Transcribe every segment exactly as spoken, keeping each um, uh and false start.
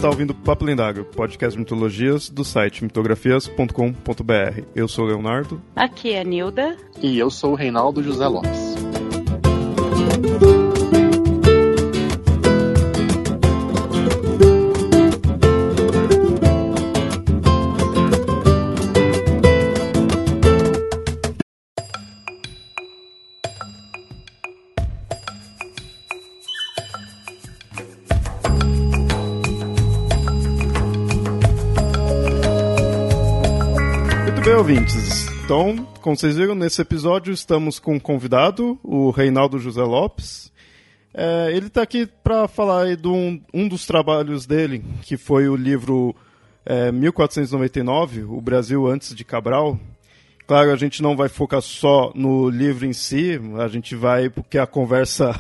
está ouvindo Papo Lendário, podcast de mitologias do site mitografias ponto com ponto b r. Eu sou o Leonardo. Aqui é a Nilda. E eu sou o Reinaldo José Lopes. Ouvintes, então, como vocês viram, nesse episódio estamos com um convidado, o Reinaldo José Lopes. É, ele está aqui para falar aí de um, um dos trabalhos dele, que foi o livro é, mil quatrocentos e noventa e nove, O Brasil Antes de Cabral. Claro, a gente não vai focar só no livro em si, a gente vai, porque a conversa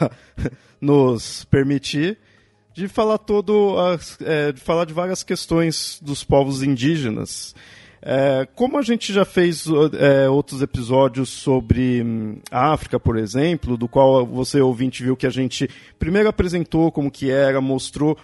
nos permitir, de falar, todo as, é, de falar de várias questões dos povos indígenas. É, como a gente já fez é, outros episódios sobre hum, a África, por exemplo, do qual você, ouvinte, viu que a gente primeiro apresentou como que era, mostrou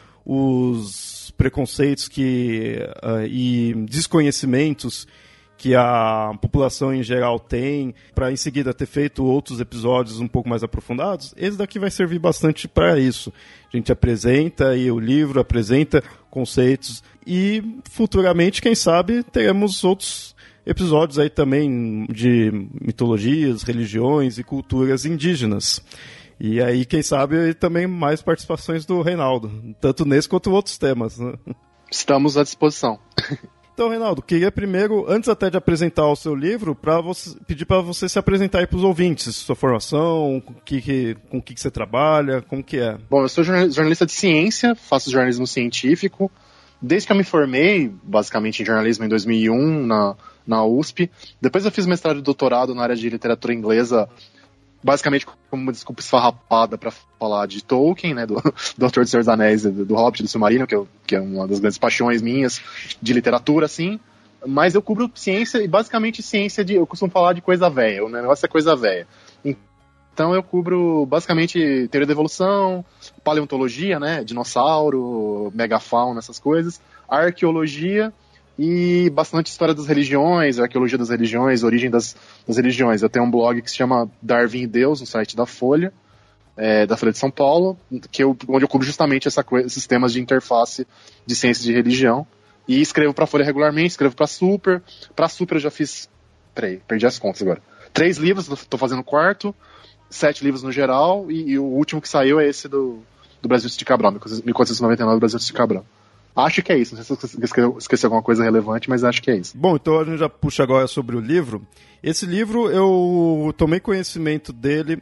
os preconceitos que, uh, e desconhecimentos que a população em geral tem, para em seguida ter feito outros episódios um pouco mais aprofundados, esse daqui vai servir bastante para isso. A gente apresenta aí o livro, apresenta conceitos e futuramente, quem sabe, teremos outros episódios aí também de mitologias, religiões e culturas indígenas. E aí, quem sabe, também mais participações do Reinaldo, tanto nesse quanto outros temas, né? Estamos à disposição. Então, Reinaldo, queria primeiro, antes até de apresentar o seu livro, pra você, pedir para você se apresentar aí para os ouvintes, sua formação, com o que, que, com que, que você trabalha, como que é? Bom, eu sou jornalista de ciência, faço jornalismo científico. Desde que eu me formei, basicamente, em jornalismo em dois mil e um, na, na U S P. Depois eu fiz mestrado e doutorado na área de literatura inglesa, basicamente como uma desculpa esfarrapada para falar de Tolkien, né, do, do autor de Senhor dos Anéis, do, do Hobbit, do Submarino, que, eu, que é uma das grandes paixões minhas de literatura, assim. Mas eu cubro ciência, e basicamente ciência de... Eu costumo falar de coisa velha, o negócio é coisa velha. Então eu cubro basicamente teoria da evolução, paleontologia, né, dinossauro, megafauna, essas coisas, arqueologia e bastante história das religiões, arqueologia das religiões, origem das, das religiões. Eu tenho um blog que se chama Darwin e Deus, no site da Folha, é, da Folha de São Paulo, que eu, onde eu cubro justamente essa coisa, esses temas de interface de ciência de religião. E escrevo para a Folha regularmente, escrevo para a Super. Para a Super eu já fiz... Peraí, perdi as contas agora. Três livros, estou fazendo o quarto, sete livros no geral, e, e o último que saiu é esse do, do Brasil Antes de Cabral, mil quatrocentos e noventa e nove, Brasil Antes de Cabral. Acho que é isso, não sei se eu esqueci alguma coisa relevante, mas acho que é isso. Bom, então a gente já puxa agora sobre o livro. Esse livro eu tomei conhecimento dele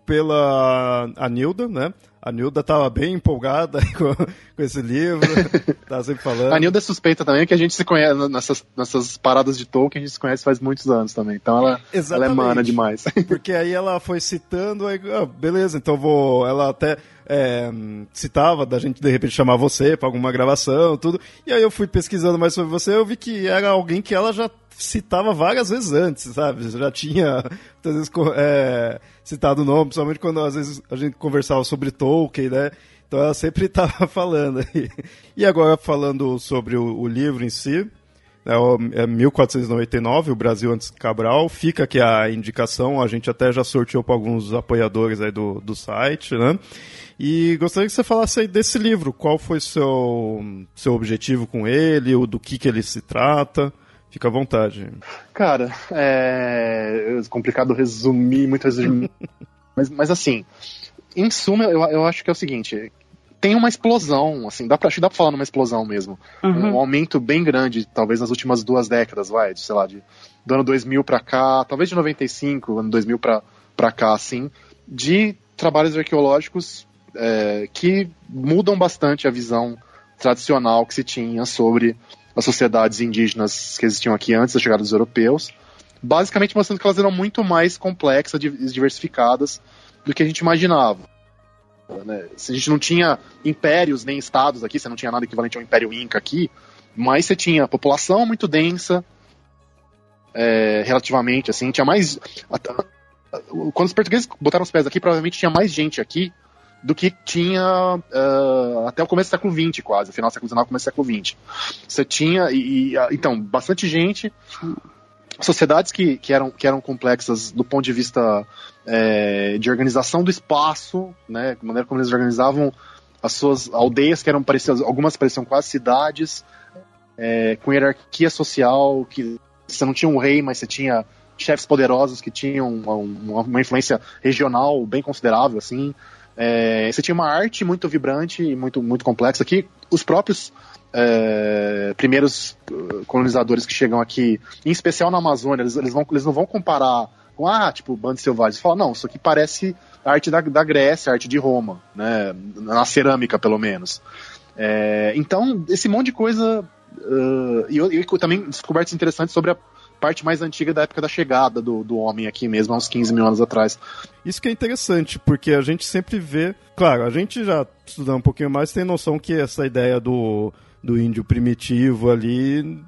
pela Anilda, né? A Nilda estava bem empolgada com, com esse livro, estava sempre falando. A Nilda é suspeita também, que a gente se conhece nessas, nessas paradas de Tolkien, a gente se conhece faz muitos anos também, então ela, ela é mana demais. Porque aí ela foi citando, aí, ah, beleza, então vou... Ela até é, citava da gente de repente chamar você para alguma gravação, tudo, e aí eu fui pesquisando mais sobre você, eu vi que era alguém que ela já citava várias vezes antes, sabe? Já tinha, muitas vezes, é, citado o nome, principalmente quando às vezes a gente conversava sobre Tolkien, né? Então ela sempre estava falando. E agora falando sobre o, o livro em si, é mil quatrocentos e noventa e nove, O Brasil Antes de Cabral, fica aqui a indicação, a gente até já sorteou para alguns apoiadores aí do, do site, né? E gostaria que você falasse aí desse livro, qual foi seu seu objetivo com ele, o do que, que ele se trata. Fica à vontade. Cara, é complicado resumir, muito resumir. mas, mas assim, em suma, eu, eu acho que é o seguinte, tem uma explosão, assim, dá pra, acho que dá pra falar numa explosão mesmo. Uhum. Um aumento bem grande, talvez nas últimas duas décadas, vai, de, sei lá, de, do ano dois mil pra cá, talvez de noventa e cinco, ano dois mil pra, pra cá, assim, de trabalhos arqueológicos é, que mudam bastante a visão tradicional que se tinha sobre as sociedades indígenas que existiam aqui antes da chegada dos europeus, basicamente mostrando que elas eram muito mais complexas e diversificadas do que a gente imaginava. Né? Se a gente não tinha impérios nem estados aqui, você não tinha nada equivalente ao Império Inca aqui, mas você tinha população muito densa, é, relativamente, assim, tinha mais... Quando os portugueses botaram os pés aqui, provavelmente tinha mais gente aqui do que tinha uh, até o começo do século vinte, quase, final do século dezenove, começo do século vinte. Você tinha, e, e, então, bastante gente, sociedades que, que, eram, que eram complexas do ponto de vista é, de organização do espaço, né, de maneira como eles organizavam as suas aldeias, que eram parecidas, algumas pareciam quase cidades, é, com hierarquia social, que você não tinha um rei, mas você tinha chefes poderosos que tinham uma, uma, uma influência regional bem considerável, assim. É, você tinha uma arte muito vibrante e muito, muito complexa, que os próprios é, primeiros colonizadores que chegam aqui, em especial na Amazônia, eles, eles, vão, eles não vão comparar com, ah, tipo, bandos selvagens. Eles falam, não, isso aqui parece a arte da, da Grécia, a arte de Roma, né, na cerâmica, pelo menos. É, então, esse monte de coisa... Uh, e eu, eu também descobertas interessantes sobre a parte mais antiga da época da chegada do, do homem aqui mesmo, há uns quinze mil anos atrás. Isso que é interessante, porque a gente sempre vê... Claro, a gente já estudando um pouquinho mais tem noção que essa ideia do, do índio primitivo ali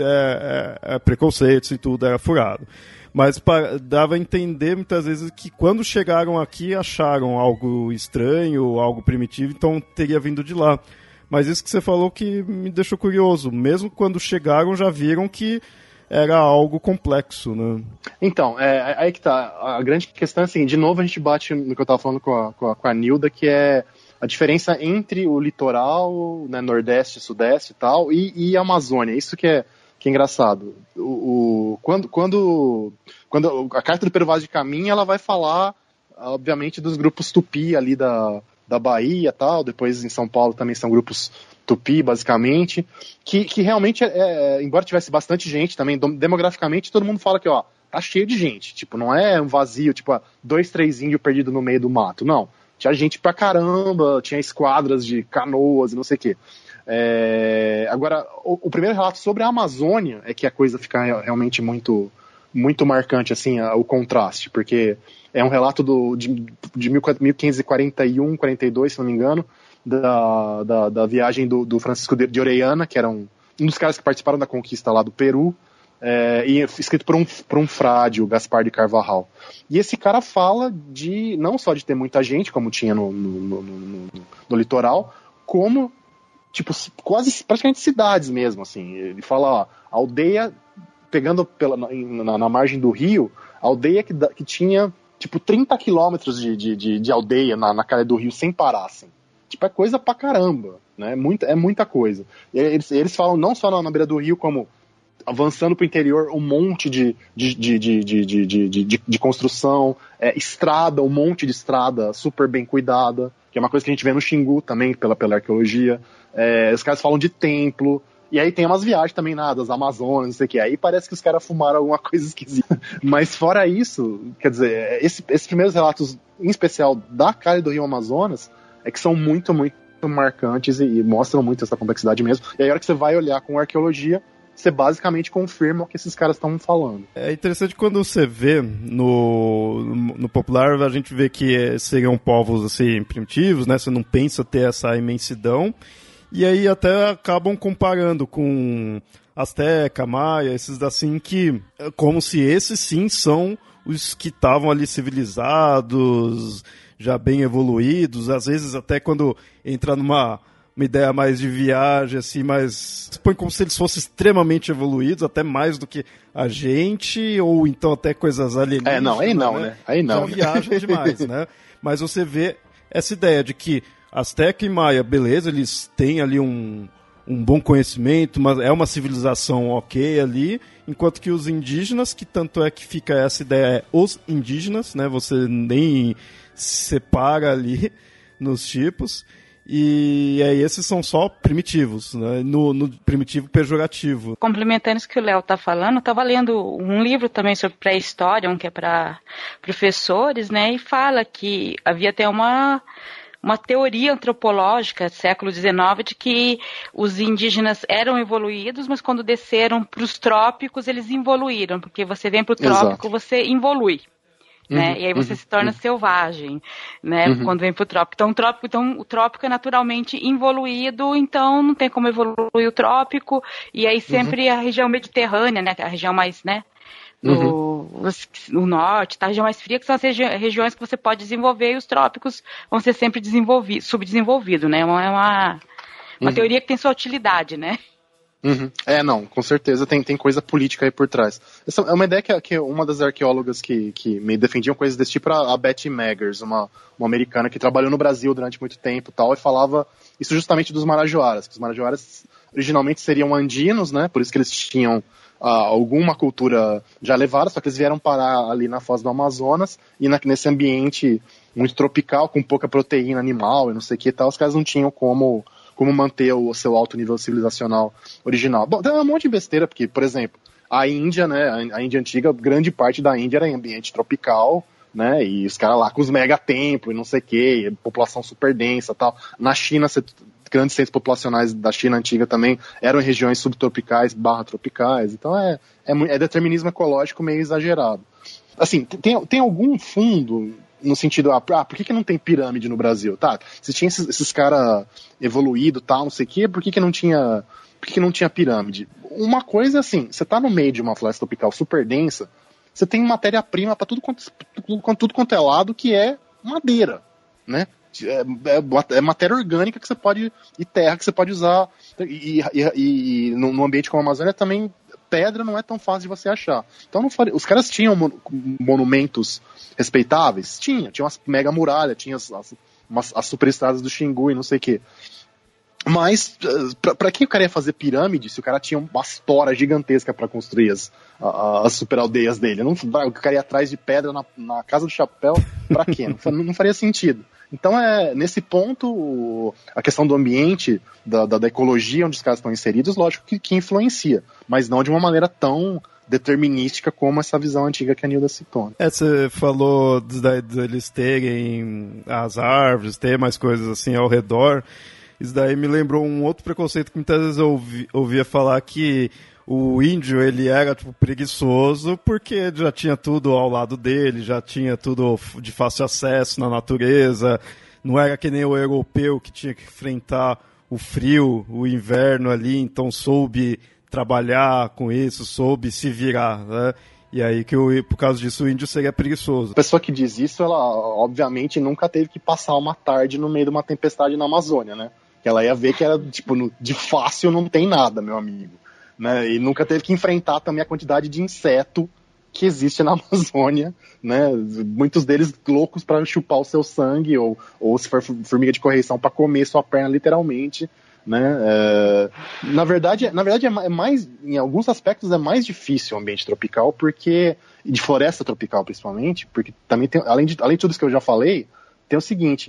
é, é, é preconceito e tudo, era furado. Mas para, dava a entender muitas vezes que quando chegaram aqui acharam algo estranho, algo primitivo, então teria vindo de lá. Mas isso que você falou que me deixou curioso. Mesmo quando chegaram, já viram que era algo complexo, né? Então, é, aí que tá. A grande questão é assim, de novo a gente bate no que eu tava falando com a, com a, com a Nilda, que é a diferença entre o litoral, né, Nordeste, Sudeste e tal, e, e a Amazônia. Isso que é, que é engraçado. O, o, quando, quando, quando a Carta do Pero Vaz de Caminha, ela vai falar, obviamente, dos grupos tupi ali da... da Bahia e tal, depois em São Paulo também são grupos tupi, basicamente, que, que realmente, é, é, embora tivesse bastante gente também, demograficamente, todo mundo fala que, ó, tá cheio de gente, tipo, não é um vazio, tipo, dois, três índios perdidos no meio do mato, não, tinha gente pra caramba, tinha esquadras de canoas e não sei o quê. É, agora, o, o primeiro relato sobre a Amazônia é que a coisa fica realmente muito, muito marcante, assim, a, o contraste, porque é um relato do, de, de mil quinhentos e quarenta e um, quarenta e dois, se não me engano, da, da, da viagem do, do Francisco de Orellana, que era um, um dos caras que participaram da conquista lá do Peru, é, e escrito por um, por um frade, o Gaspar de Carvajal. E esse cara fala de, não só de ter muita gente, como tinha no, no, no, no, no litoral, como, tipo, quase praticamente cidades mesmo, assim. Ele fala, ó, aldeia, pegando pela, na, na margem do rio, aldeia que, que tinha... tipo, trinta quilômetros de, de, de, de aldeia na, na calha do rio sem parar, assim. Tipo, é coisa pra caramba, né? Muita, é muita coisa. E eles, eles falam não só na, na beira do rio, como avançando pro interior, um monte de, de, de, de, de, de, de, de, de construção, é, estrada, um monte de estrada super bem cuidada, que é uma coisa que a gente vê no Xingu também, pela, pela arqueologia. É, os caras falam de templo. E aí tem umas viagens também, nada, das Amazonas, não sei o que. Aí parece que os caras fumaram alguma coisa esquisita. Mas fora isso, quer dizer, esse, esses primeiros relatos, em especial da calha do Rio Amazonas, é que são muito, muito marcantes e, e mostram muito essa complexidade mesmo. E aí a hora que você vai olhar com arqueologia, você basicamente confirma o que esses caras estão falando. É interessante quando você vê no, no popular, a gente vê que seriam povos assim, primitivos, né? Você não pensa ter essa imensidão. E aí até acabam comparando com Azteca, Maia, esses assim que... Como se esses sim são os que estavam ali civilizados, já bem evoluídos. Às vezes até quando entra numa uma ideia mais de viagem, assim, mais... Põe como se eles fossem extremamente evoluídos, até mais do que a gente, ou então até coisas alienígenas. É, não, aí não, né? né? Aí não. Já viaja demais, né? Mas você vê essa ideia de que Azteca e Maia, beleza, eles têm ali um, um bom conhecimento, mas é uma civilização ok ali, enquanto que os indígenas, que tanto é que fica essa ideia, é os indígenas, né? Você nem separa ali nos tipos, e aí esses são só primitivos, né? no, no primitivo pejorativo. Complementando isso que o Léo está falando, eu estava lendo um livro também sobre pré-história, um que é para professores, né? E fala que havia até uma... uma teoria antropológica, século dezenove, de que os indígenas eram evoluídos, mas quando desceram para os trópicos, eles involuíram, porque você vem para o trópico, Exato. Você involui. Uhum, né? E aí você uhum, se torna uhum. selvagem, né? Uhum. Quando vem para o trópico. Então, o trópico, então, o trópico é naturalmente involuído, então não tem como evoluir o trópico, e aí sempre uhum. a região mediterrânea, né? A região mais, né? Do, o, o norte, tá? A região mais fria, que são as regi regiões que você pode desenvolver, e os trópicos vão ser sempre desenvolvidos, subdesenvolvidos, né? É uma, uma uhum. teoria que tem sua utilidade, né? Uhum. É, não, com certeza tem, tem coisa política aí por trás. Essa é uma ideia que, que uma das arqueólogas que, que me defendiam coisas desse tipo era a Betty Meggers, uma, uma americana que trabalhou no Brasil durante muito tempo e tal, e falava isso justamente dos Marajoaras, que os Marajoaras originalmente seriam andinos, né, por isso que eles tinham uh, alguma cultura já elevada, só que eles vieram parar ali na foz do Amazonas, e na, nesse ambiente muito tropical, com pouca proteína animal e não sei o que e tal, os caras não tinham como... como manter o seu alto nível civilizacional original. Bom, tem um monte de besteira, porque, por exemplo, a Índia, né, a Índia antiga, grande parte da Índia era em ambiente tropical, né, e os caras lá com os megatemplos e não sei o que, população super densa e tal. Na China, grandes centros populacionais da China antiga também eram em regiões subtropicais barra tropicais, então é, é, é determinismo ecológico meio exagerado. Assim, tem, tem algum fundo... no sentido, ah, por que, que não tem pirâmide no Brasil? Tá, se tinha esses, esses caras evoluídos e tal, não sei o que, por que, que não tinha por que, que não tinha pirâmide? Uma coisa é assim, você tá no meio de uma floresta tropical super densa, você tem matéria-prima para tudo quanto, tudo, tudo quanto é lado, que é madeira, né? É, é, é matéria orgânica que você pode, e terra que você pode usar, e, e, e no, no ambiente como a Amazônia também pedra não é tão fácil de você achar. Então não faria... os caras tinham mon... monumentos respeitáveis? Tinha. Tinha umas mega muralhas, tinha as, as, umas, as superestradas do Xingu e não sei o quê. Mas pra, pra que o cara ia fazer pirâmide se o cara tinha uma tora gigantesca pra construir as, as super aldeias dele? Não, o cara ia atrás de pedra na, na casa do chapéu, pra quê? Não, não faria sentido. Então, é, nesse ponto, a questão do ambiente, da, da, da ecologia onde os caras estão inseridos, lógico que, que influencia, mas não de uma maneira tão determinística como essa visão antiga que a Nilda citou. É, você falou deles terem as árvores, ter mais coisas assim ao redor. Isso daí me lembrou um outro preconceito que muitas vezes eu ouvi, ouvia falar que o índio, ele era, tipo, preguiçoso porque já tinha tudo ao lado dele, já tinha tudo de fácil acesso na natureza, não era que nem o europeu que tinha que enfrentar o frio, o inverno ali, então soube trabalhar com isso, soube se virar, né? E aí, que eu, por causa disso, o índio seria preguiçoso. A pessoa que diz isso, ela, obviamente, nunca teve que passar uma tarde no meio de uma tempestade na Amazônia, né? Que ela ia ver que era, tipo, no, de fácil não tem nada, meu amigo. Né, e nunca teve que enfrentar também a quantidade de inseto que existe na Amazônia, né, muitos deles loucos para chupar o seu sangue, ou, ou se for formiga de correição, para comer sua perna literalmente, né, é, na verdade, na verdade é mais, em alguns aspectos é mais difícil o ambiente tropical, porque, de floresta tropical principalmente, porque também tem, além de, além de tudo isso que eu já falei, tem o seguinte,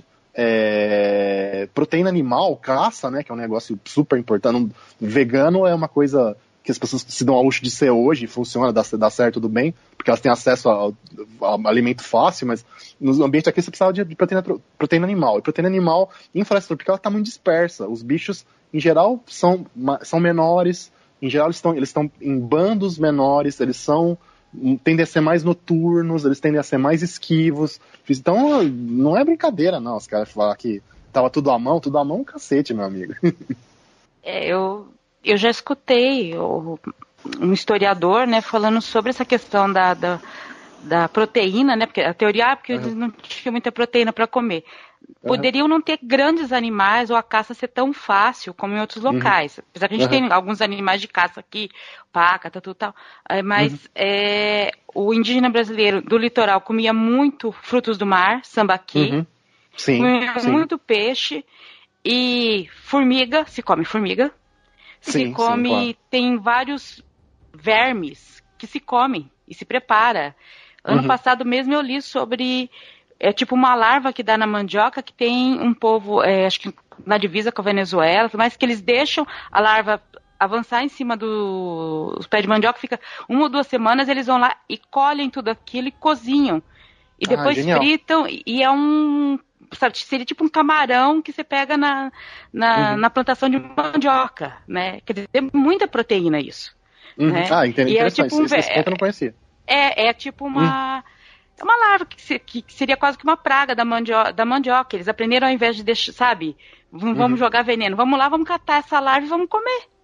É, proteína animal, caça, né, que é um negócio super importante. Um, vegano é uma coisa que as pessoas se dão ao luxo de ser hoje, funciona, dá, dá certo, tudo bem, porque elas têm acesso a, a, a alimento fácil, mas no ambiente aqui você precisava de proteína, proteína animal. E proteína animal em floresta tropical está muito dispersa. Os bichos, em geral, são, são menores, em geral eles estão eles estão em bandos menores, eles são tendem a ser mais noturnos, eles tendem a ser mais esquivos. Então, não é brincadeira, não, os caras falar que tava tudo à mão, tudo à mão, cacete, meu amigo. É, eu, eu já escutei o, um historiador, né, falando sobre essa questão da, da, da proteína, né, porque a teoria é porque uhum. eles não tinham muita proteína para comer. Poderiam uhum. não ter grandes animais ou a caça ser tão fácil como em outros locais. Uhum. Apesar que a gente uhum. tem alguns animais de caça aqui, paca, tudo tal, mas uhum. é, o indígena brasileiro do litoral comia muito frutos do mar, sambaqui, uhum. sim, comia sim. muito peixe e formiga, se come formiga, sim, se come, sim, claro. Tem vários vermes que se comem e se prepara. Ano uhum. passado mesmo eu li sobre... É tipo uma larva que dá na mandioca, que tem um povo, é, acho que na divisa com a Venezuela, mas que eles deixam a larva avançar em cima dos do, pés de mandioca, fica uma ou duas semanas, eles vão lá e colhem tudo aquilo e cozinham. E depois ah, fritam, e é um, sabe, seria tipo um camarão que você pega na, na, uhum. na plantação de mandioca, né? Quer dizer, tem muita proteína isso. Uhum. Né? Ah, entendi. E é tipo um, esse, esse ponto eu não conhecia. É, é tipo uma... Uhum. É uma larva que, se, que seria quase que uma praga da, mandio, da mandioca. Eles aprenderam ao invés de deixar, sabe? Vamos uhum. jogar veneno. Vamos lá, vamos catar essa larva e vamos comer.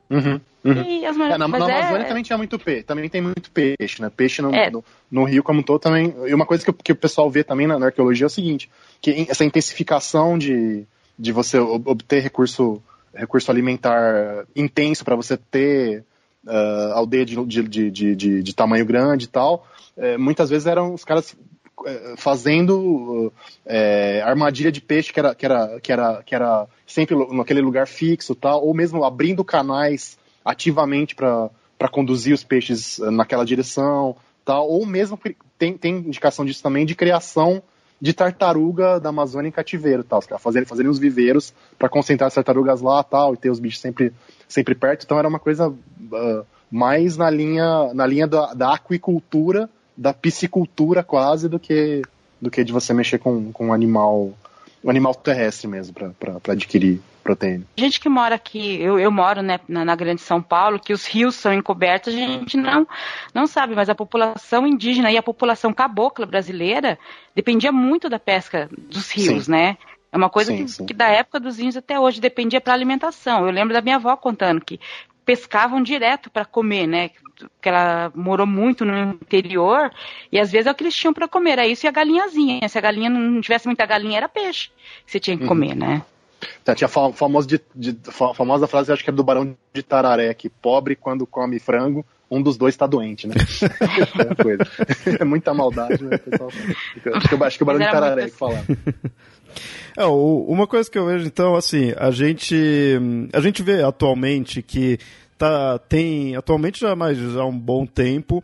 Uhum, uhum. E as, é, na, mas na é, Amazônia também tinha muito peixe, também tem muito peixe, né? Peixe no, é. no, no rio como um todo também. E uma coisa que, que o pessoal vê também na, na arqueologia é o seguinte, que essa intensificação de, de você obter recurso, recurso alimentar intenso para você ter uh, aldeia de, de, de, de, de tamanho grande e tal, é, muitas vezes eram os caras fazendo é, armadilha de peixe que era, que era, que era, que era sempre naquele lugar fixo, tal, ou mesmo abrindo canais ativamente para conduzir os peixes naquela direção, tal, ou mesmo tem, tem indicação disso também de criação de tartaruga da Amazônia em cativeiro, tal, os caras fazerem, fazerem os viveiros para concentrar as tartarugas lá, tal, e ter os bichos sempre, sempre perto. Então era uma coisa uh, mais na linha, na linha da, da aquicultura, da piscicultura quase, do que, do que de você mexer com, com um animal, um animal terrestre mesmo, para adquirir proteína. Gente que mora aqui, eu, eu moro, né, na, na Grande São Paulo, que os rios são encobertos, a gente não, não sabe, mas a população indígena e a população cabocla brasileira dependia muito da pesca dos rios, sim, né? É uma coisa sim, que, sim. que da época dos índios até hoje dependia para alimentação. Eu lembro da minha avó contando que pescavam direto para comer, né? Que ela morou muito no interior e às vezes é o que eles tinham para comer, era isso e a galinhazinha. Se a galinha não tivesse muita galinha, era peixe que você tinha que comer, uhum. né? Tá, tinha a famosa, de, de, famosa frase, acho que era do Barão de Tararé, que pobre quando come frango, um dos dois está doente, né? é, coisa. é muita maldade, né, pessoal? Acho que, acho que o Barão de Tararé que falava. É, uma coisa que eu vejo, então, assim, a gente, a gente vê atualmente que tá, tem, atualmente já mais já há um bom tempo,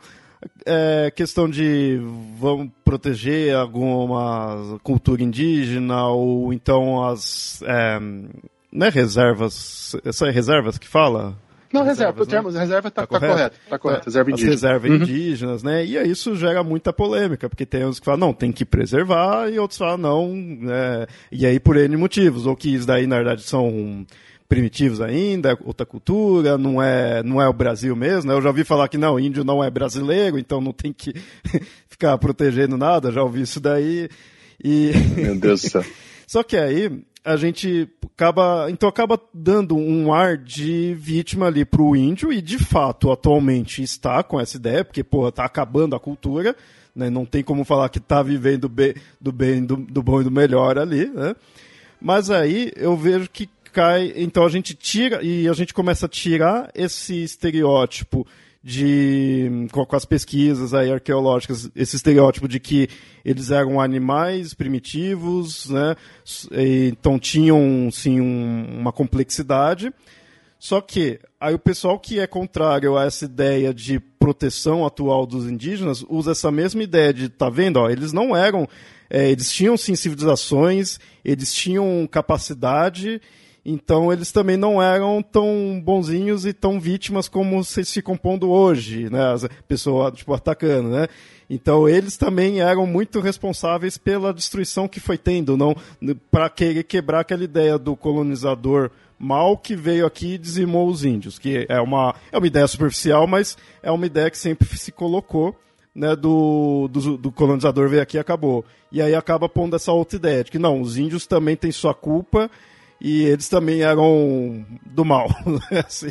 é questão de vamos proteger alguma cultura indígena ou então as é, não é reservas, essa é reservas que fala? Não, reserva, o termo reserva está tá tá correto, tá correto, reserva indígena. As reservas uhum. indígenas, né? E aí isso gera muita polêmica, porque tem uns que falam, não, tem que preservar, e outros falam, não, né? E aí por N motivos, ou que isso daí, na verdade, são primitivos ainda, outra cultura, não é, não é o Brasil mesmo, né? Eu já ouvi falar que não, índio não é brasileiro, então não tem que ficar protegendo nada, já ouvi isso daí. E... Meu Deus do céu. Só que aí a gente acaba, então acaba dando um ar de vítima ali pro índio, e de fato atualmente está com essa ideia, porque porra, tá acabando a cultura, né? Não tem como falar que tá vivendo bem, do bem, do, do bom e do melhor ali, né? Mas aí eu vejo que cai, então a gente tira, e a gente começa a tirar esse estereótipo de, com, com as pesquisas aí arqueológicas, esse estereótipo de que eles eram animais primitivos, né? E, então tinham, sim, um, uma complexidade. Só que aí o pessoal que é contrário a essa ideia de proteção atual dos indígenas usa essa mesma ideia de, tá vendo, ó, eles não eram, é, eles tinham sim civilizações, eles tinham capacidade, então eles também não eram tão bonzinhos e tão vítimas como vocês ficam pondo hoje, né? As pessoas, tipo, atacando, né? Então eles também eram muito responsáveis pela destruição que foi tendo, não para querer quebrar aquela ideia do colonizador mal que veio aqui e dizimou os índios, que é uma, é uma ideia superficial, mas é uma ideia que sempre se colocou, né, do, do, do colonizador veio aqui e acabou. E aí acaba pondo essa outra ideia, de que não, os índios também têm sua culpa, e eles também eram do mal. assim.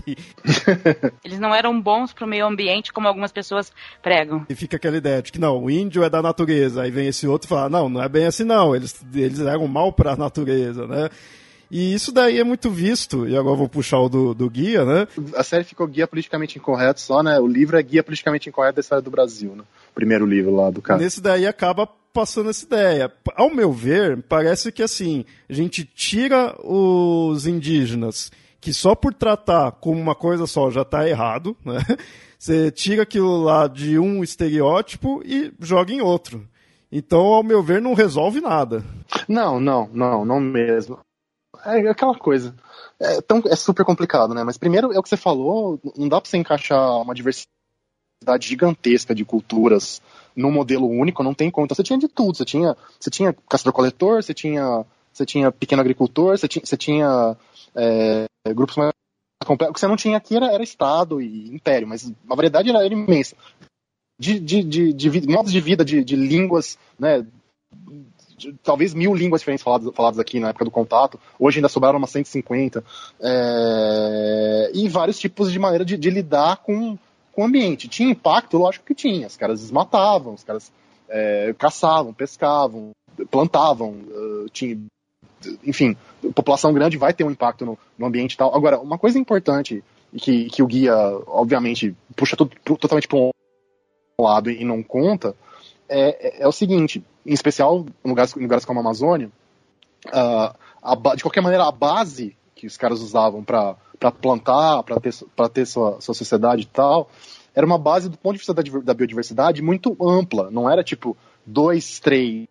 Eles não eram bons para o meio ambiente, como algumas pessoas pregam. E fica aquela ideia de que não, o índio é da natureza. Aí vem esse outro e fala, não, não é bem assim não. Eles, eles eram mal para a natureza, né? E isso daí é muito visto, e agora vou puxar o do, do guia, né? A série ficou Guia Politicamente Incorreto só, né? O livro é Guia Politicamente Incorreto da História do Brasil, né? O primeiro livro lá do cara. Nesse daí acaba passando essa ideia. Ao meu ver, parece que assim, a gente tira os indígenas, que só por tratar como uma coisa só já está errado, né? Você tira aquilo lá de um estereótipo e joga em outro. Então, ao meu ver, não resolve nada. Não, não, não, não mesmo. É aquela coisa. É, tão, é super complicado, né? Mas primeiro, é o que você falou, não dá pra você encaixar uma diversidade gigantesca de culturas num modelo único, não tem como. Então você tinha de tudo. Você tinha, você tinha caçador-coletor, você tinha, você tinha pequeno agricultor, você tinha, você tinha é, grupos mais complexos. O que você não tinha aqui era, era Estado e Império, mas a variedade era, era imensa. De, de, de, de, de modos de vida, de, de línguas, né? talvez mil línguas diferentes faladas, faladas aqui na época do contato, hoje ainda sobraram umas cento e cinquenta, é, e vários tipos de maneira de, de lidar com, com o ambiente. Tinha impacto? Lógico que tinha, os caras desmatavam, os caras é, caçavam, pescavam, plantavam, uh, tinha, enfim, população grande vai ter um impacto no, no ambiente e tal. Agora, uma coisa importante que, que o guia, obviamente, puxa tudo, totalmente para um lado e não conta, é, é, é o seguinte, em especial em lugares, em lugares como a Amazônia, uh, a, de qualquer maneira, a base que os caras usavam para plantar, para ter, pra ter sua, sua sociedade e tal, era uma base, do ponto de vista da, da biodiversidade, muito ampla. Não era tipo dois, três,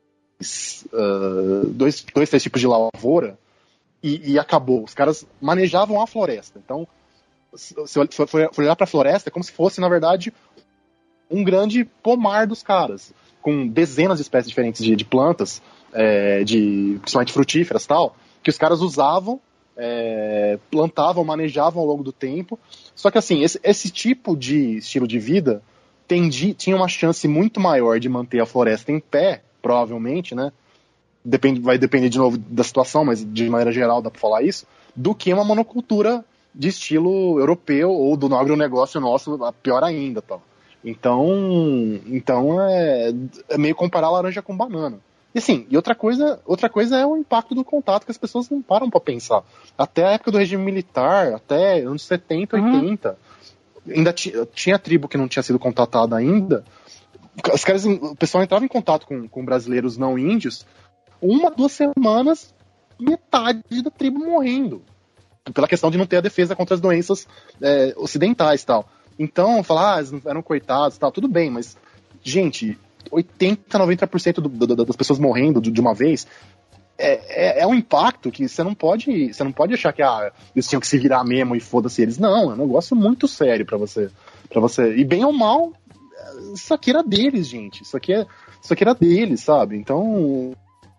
uh, dois, dois, três tipos de lavoura e, e acabou. Os caras manejavam a floresta. Então, se for, for olhar para a floresta, é como se fosse, na verdade, um grande pomar dos caras, com dezenas de espécies diferentes de, de plantas, é, de, principalmente frutíferas e tal, que os caras usavam, é, plantavam, manejavam ao longo do tempo. Só que assim, esse, esse tipo de estilo de vida tendi, tinha uma chance muito maior de manter a floresta em pé, provavelmente, né? Depende, vai depender de novo da situação, mas de maneira geral dá para falar isso, do que uma monocultura de estilo europeu ou do agronegócio nosso, pior ainda, tal. Então, então é, é meio comparar laranja com banana. E assim, e outra coisa, outra coisa é o impacto do contato, que as pessoas não param para pensar. Até a época do regime militar, até anos setenta, oitenta, uhum. ainda tinha, tinha tribo que não tinha sido contatada ainda. Os caras, o pessoal entrava em contato com, com brasileiros não índios, uma, duas semanas, metade da tribo morrendo. Pela questão de não ter a defesa contra as doenças é, ocidentais e tal. Então, falar, ah, eles eram coitados e tal, tudo bem, mas, gente, oitenta, noventa por cento do, do, das pessoas morrendo de, de uma vez é, é, é um impacto que você não pode, você não pode achar que ah, eles tinham que se virar mesmo e foda-se eles. Não, é um negócio muito sério pra você, pra você. E bem ou mal, isso aqui era deles, gente. Isso aqui, é, isso aqui era deles, sabe? Então,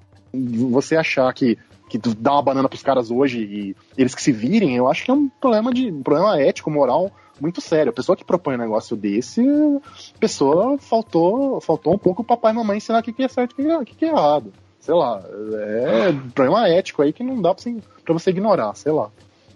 você achar que que dá uma banana pros caras hoje e eles que se virem, eu acho que é um problema, de, um problema ético, moral muito sério. A pessoa que propõe um negócio desse, a pessoa faltou, faltou um pouco o papai e mamãe ensinar o que, que é certo e o que, que é errado. Sei lá, é um problema ético aí que não dá pra você, pra você ignorar, sei lá.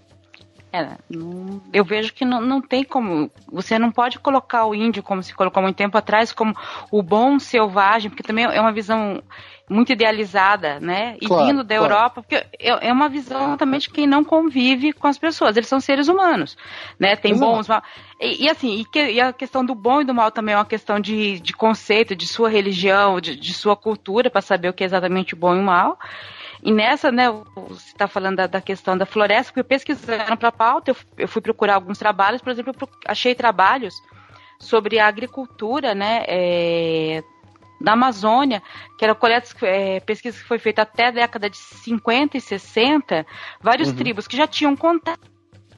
É, não, eu vejo que não, não tem como, você não pode colocar o índio, como se colocou há muito tempo atrás, como o bom selvagem, porque também é uma visão muito idealizada, né, e claro, vindo da claro. Europa, porque é, é uma visão também de quem não convive com as pessoas, eles são seres humanos, né, tem Exato. Bons, mal, e, e assim, e, que, e a questão do bom e do mal também é uma questão de, de conceito, de sua religião, de, de sua cultura, para saber o que é exatamente o bom e o mal. E nessa, né, você está falando da, da questão da floresta, porque pesquisando para a pauta, eu, eu fui procurar alguns trabalhos, por exemplo, eu achei trabalhos sobre a agricultura, né, é, da Amazônia, que era coleta, é, pesquisa que foi feita até a década de cinquenta e sessenta, várias uhum. tribos que já tinham contato,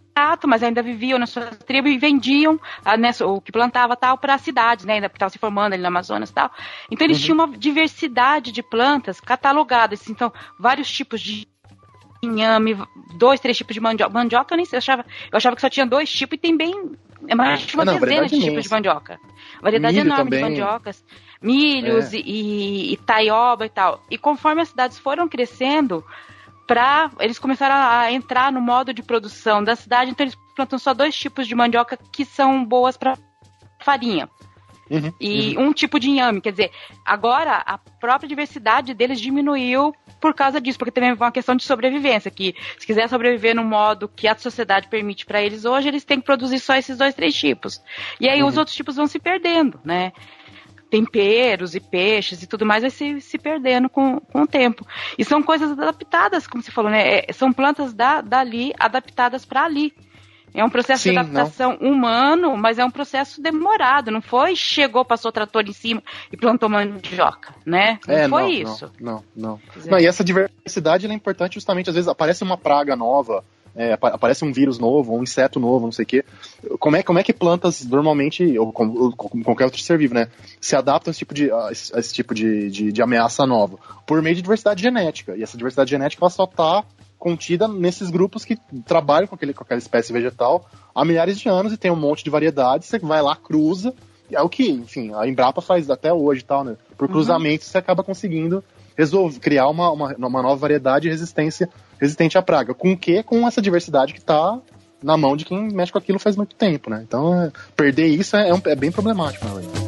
mas ainda viviam na sua tribo e vendiam a, né, o que plantava tal para as cidades, né, ainda estava se formando ali no Amazonas e tal. Então eles uhum. tinham uma diversidade de plantas catalogadas, então vários tipos de inhame, dois, três tipos de mandioca. Mandioca eu nem sei, eu achava, eu achava que só tinha dois tipos e tem bem, é mais de uma não, dezena de tipos de mandioca. Variedade Milho enorme também. De mandiocas, milhos é. e, e, e taioba e tal. E conforme as cidades foram crescendo, Pra, eles começaram a entrar no modo de produção da cidade, então eles plantam só dois tipos de mandioca que são boas para farinha. Uhum, e uhum. um tipo de inhame, quer dizer, agora a própria diversidade deles diminuiu por causa disso, porque também é uma questão de sobrevivência, que se quiser sobreviver no modo que a sociedade permite para eles hoje, eles têm que produzir só esses dois, três tipos. E aí uhum. os outros tipos vão se perdendo, né? Temperos e peixes e tudo mais vai se, se perdendo com, com o tempo. E são coisas adaptadas, como você falou, né? É, são plantas da, dali adaptadas para ali. É um processo Sim, de adaptação não. humano, mas é um processo demorado. Não foi, chegou, passou o trator em cima e plantou mandioca, né? Não é, foi não, isso. Não, não, não. não. E essa diversidade é importante justamente, às vezes aparece uma praga nova, É, aparece um vírus novo, um inseto novo, não sei o quê. Como é, como é que plantas normalmente, ou como qualquer outro ser vivo, né, se adaptam a esse tipo, de, a esse, a esse tipo de, de, de ameaça nova? Por meio de diversidade genética. E essa diversidade genética ela só está contida nesses grupos que trabalham com, aquele, com aquela espécie vegetal há milhares de anos e tem um monte de variedades. Você vai lá, cruza, é o que, enfim, a Embrapa faz até hoje e tal, né? Por cruzamento uhum. você acaba conseguindo resolver criar uma, uma, uma nova variedade de resistência resistente à praga. Com o quê? Com essa diversidade que está na mão de quem mexe com aquilo faz muito tempo, né? Então, é, perder isso é, é, um, é bem problemático, na verdade.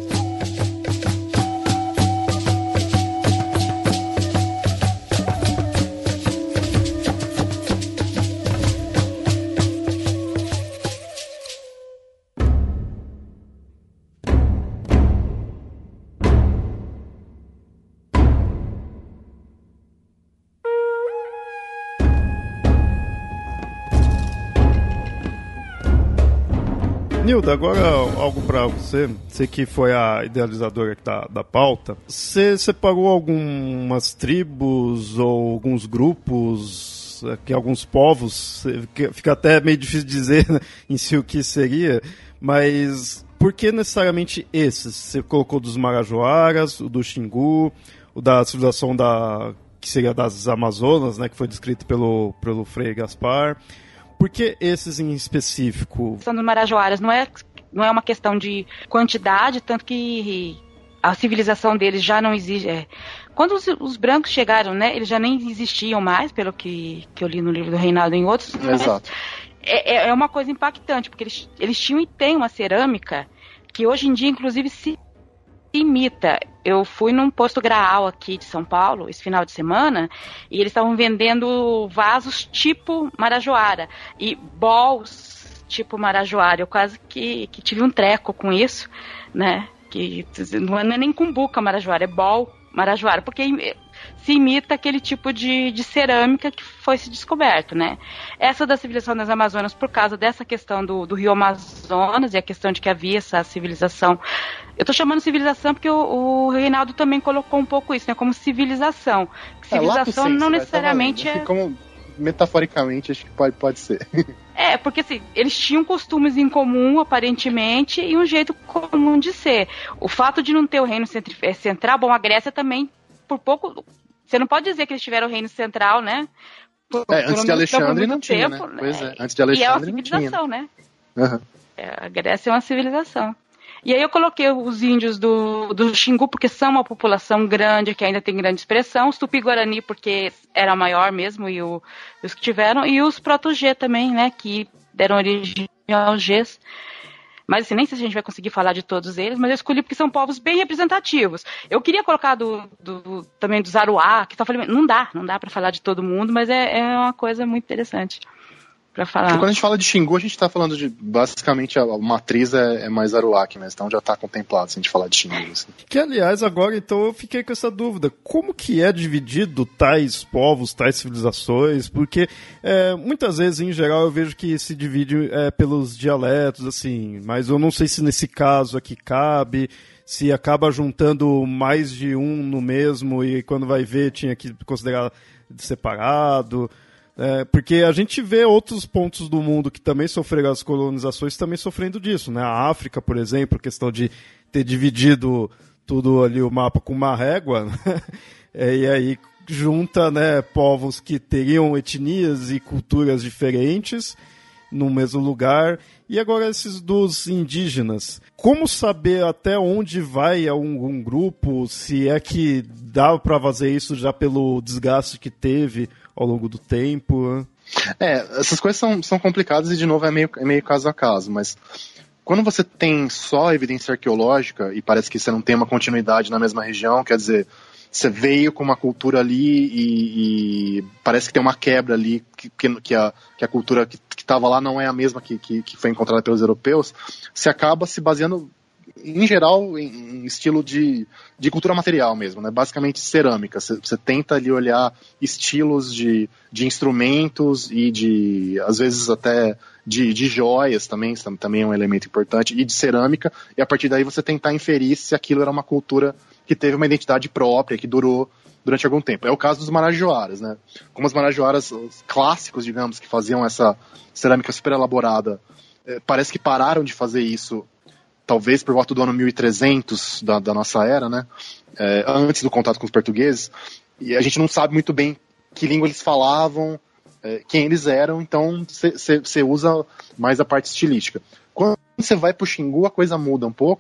Nilda, agora algo para você, você que foi a idealizadora da, da pauta, você separou algumas tribos ou alguns grupos, que alguns povos, fica até meio difícil dizer, né, em si o que seria, mas por que necessariamente esses? Você colocou dos Marajoaras, o do Xingu, o da civilização da, que seria das Amazonas, né, que foi descrito pelo, pelo Frei Gaspar. Por que esses em específico? A questão dos Marajoaras não é, não é uma questão de quantidade, tanto que a civilização deles já não existe. É. Quando os, os brancos chegaram, né, eles já nem existiam mais, pelo que, que eu li no livro do Reinaldo e em outros. Exato. É, é uma coisa impactante, porque eles, eles tinham e têm uma cerâmica que hoje em dia, inclusive, se imita. Eu fui num posto Graal aqui de São Paulo esse final de semana e eles estavam vendendo vasos tipo Marajoara e bols tipo Marajoara. Eu quase que, que tive um treco com isso, né? Que não é nem cumbuca Marajoara, é bol Marajoara, porque se imita aquele tipo de, de cerâmica que foi se descoberto, né? Essa da civilização das Amazonas, por causa dessa questão do, do rio Amazonas e a questão de que havia essa civilização. Eu estou chamando civilização porque o, o Reinaldo também colocou um pouco isso, né? Como civilização. Civilização é, não necessariamente é... Como, metaforicamente, acho que pode, pode ser. É, porque assim, eles tinham costumes em comum, aparentemente, e um jeito comum de ser. O fato de não ter o reino central, bom, a Grécia também, por pouco... Você não pode dizer que eles tiveram o reino central, né? Por, é, antes de Alexandre não tinha, tempo, né? Pois é, antes de Alexandre e é uma civilização, né? Uhum. É, a Grécia é uma civilização. E aí eu coloquei os índios do, do Xingu, porque são uma população grande, que ainda tem grande expressão, os Tupi-Guarani, porque era maior mesmo, e o, os que tiveram, e os Proto-G também, né, que deram origem aos Gs. Mas assim, nem sei se a gente vai conseguir falar de todos eles, mas eu escolhi porque são povos bem representativos. Eu queria colocar do, do, do, também dos Aruá, que só falei, não dá, não dá para falar de todo mundo, mas é, é uma coisa muito interessante para falar. Quando a gente fala de Xingu, a gente está falando de, basicamente, a matriz é, é mais Aruac, mas então já está contemplado se a gente falar de Xingu. Assim. Que, aliás, agora, então, eu fiquei com essa dúvida. Como que é dividido tais povos, tais civilizações? Porque, é, muitas vezes, em geral, eu vejo que se divide é, pelos dialetos, assim, mas eu não sei se nesse caso aqui cabe, se acaba juntando mais de um no mesmo e quando vai ver tinha que considerar separado... É, porque a gente vê outros pontos do mundo que também sofreram as colonizações também sofrendo disso, né? A África, por exemplo, questão de ter dividido tudo ali o mapa com uma régua, né? É, e aí junta, né, povos que teriam etnias e culturas diferentes no mesmo lugar. E agora esses dos indígenas. Como saber até onde vai um, um grupo, se é que dá para fazer isso já pelo desgaste que teve ao longo do tempo? É, essas coisas são, são complicadas e, de novo, é meio, é meio caso a caso, mas quando você tem só evidência arqueológica e parece que você não tem uma continuidade na mesma região, quer dizer, você veio com uma cultura ali e, e parece que tem uma quebra ali, que, que, a, que a cultura que estava lá não é a mesma que, que, que foi encontrada pelos europeus, você acaba se baseando, em geral, em, em estilo de, de cultura material mesmo, né? Basicamente cerâmica. Você, você tenta ali olhar estilos de, de instrumentos e de, às vezes até de, de joias também, também é um elemento importante, e de cerâmica, e a partir daí você tentar inferir se aquilo era uma cultura que teve uma identidade própria, que durou durante algum tempo. É o caso dos Marajoaras, né? Como os Marajoaras os clássicos, digamos, que faziam essa cerâmica super elaborada, é, parece que pararam de fazer isso talvez por volta do ano mil e trezentos da, da nossa era, né? É, antes do contato com os portugueses, e a gente não sabe muito bem que língua eles falavam, é, quem eles eram, então você usa mais a parte estilística. Quando você vai pro Xingu, a coisa muda um pouco,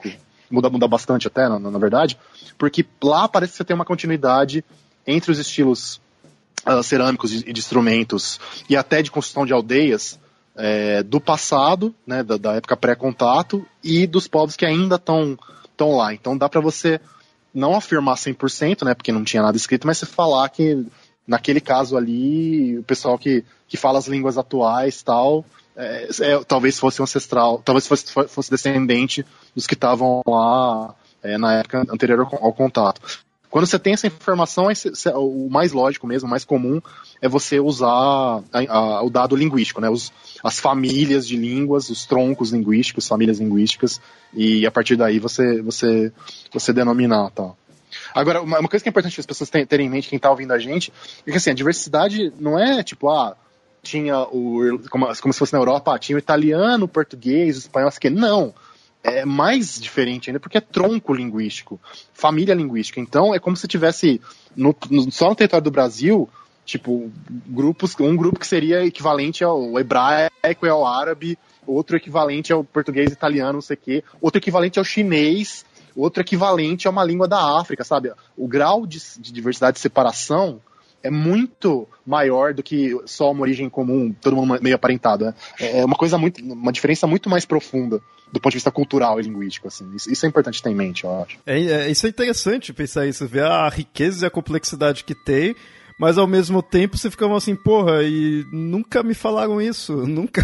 muda, muda bastante até, na, na verdade, porque lá parece que você tem uma continuidade entre os estilos uh, cerâmicos e de, de instrumentos e até de construção de aldeias é, do passado, né, da, da época pré-contato, e dos povos que ainda estão lá. Então dá para você não afirmar cem por cento, né, porque não tinha nada escrito, mas você falar que naquele caso ali, o pessoal que, que fala as línguas atuais tal, é, é, talvez fosse um ancestral, talvez fosse, fosse descendente dos que estavam lá é, na época anterior ao, ao contato. Quando você tem essa informação, o mais lógico mesmo, o mais comum, é você usar a, a, o dado linguístico, né? Os, as famílias de línguas, os troncos linguísticos, famílias linguísticas, e a partir daí você, você, você denominar, tá? Agora, uma, uma coisa que é importante as pessoas terem em mente, quem está ouvindo a gente, é que assim, a diversidade não é tipo, ah, tinha o, como, como se fosse na Europa, ah, tinha o italiano, o português, o espanhol, assim, não. É mais diferente ainda, porque é tronco linguístico, família linguística. Então, é como se tivesse, no, no, só no território do Brasil, tipo, grupos, um grupo que seria equivalente ao hebraico e ao árabe, outro equivalente ao português, italiano, não sei o quê, outro equivalente ao chinês, outro equivalente a uma língua da África, sabe? O grau de, de diversidade de separação é muito maior do que só uma origem comum, todo mundo meio aparentado, né? É uma coisa muito, uma diferença muito mais profunda do ponto de vista cultural e linguístico, assim. Isso, isso é importante ter em mente, eu acho. É, é, isso é interessante pensar isso, ver a riqueza e a complexidade que tem, mas ao mesmo tempo você fica assim, porra, e nunca me falaram isso, nunca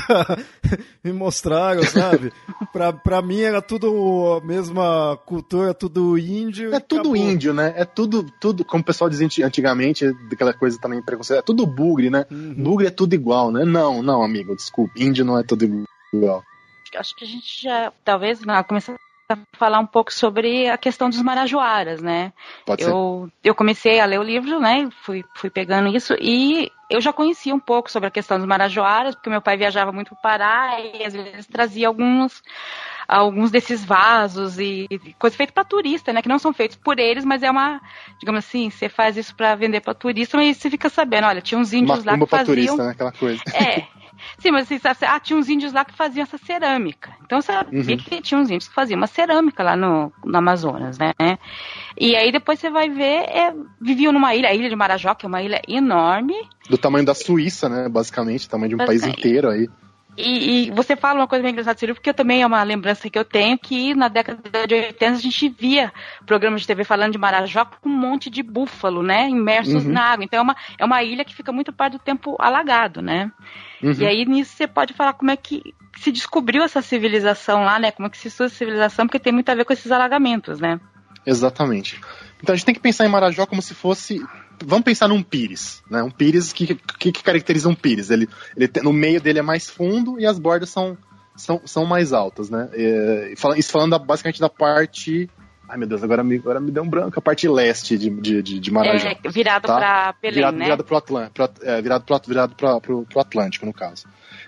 me mostraram, sabe? pra, pra mim era tudo a mesma cultura, tudo índio. É tudo acabou. Índio, né? É tudo, tudo, como o pessoal dizia antigamente, daquela coisa também preconceito, é tudo bugre, né? Uhum. Bugre é tudo igual, né? Não, não, amigo, desculpa, índio não é tudo igual. Acho que a gente já, talvez, não, começar a falar um pouco sobre a questão dos marajoaras, né? Pode eu, ser. eu comecei a ler o livro, né? Fui, fui pegando isso e eu já conhecia um pouco sobre a questão dos marajoaras, porque meu pai viajava muito para o Pará e às vezes trazia alguns, alguns desses vasos e, e coisa feita para turista, né? Que não são feitos por eles, mas é uma, digamos assim, você faz isso para vender para turista, mas você fica sabendo, olha, tinha uns índios uma, lá que faziam... turista, né? Aquela coisa. É. Sim, mas assim, ah, tinha uns índios lá que faziam essa cerâmica. Então eu sabia uhum. que tinha uns índios que faziam uma cerâmica lá no, no Amazonas, né? E aí depois você vai ver, é, viviam numa ilha, a ilha de Marajó, que é uma ilha enorme. Do tamanho da Suíça, né? Basicamente, tamanho de um país inteiro aí. E, e você fala uma coisa bem engraçada, Silvio, porque eu também é uma lembrança que eu tenho que na década de oitenta a gente via programas de T V falando de Marajó com um monte de búfalo, né, imersos uhum. na água. Então é uma, é uma ilha que fica muito parte do tempo alagado, né? Uhum. E aí nisso você pode falar como é que se descobriu essa civilização lá, né? Como é que se estuda essa civilização, porque tem muito a ver com esses alagamentos, né? Exatamente. Então a gente tem que pensar em Marajó como se fosse... Vamos pensar num pires, né? Um pires, que, que, que caracteriza um pires? Ele, ele, no meio dele é mais fundo e as bordas são, são, são mais altas, né? E, isso falando da, basicamente da parte... Ai, meu Deus, agora me, agora me deu um branco. A parte leste de, de, de, de Marajó. É, virado tá? para Belém, virado, né? Virado pro Atlântico, pro, é, virado, pro, virado pro, pro, pro Atlântico, no caso.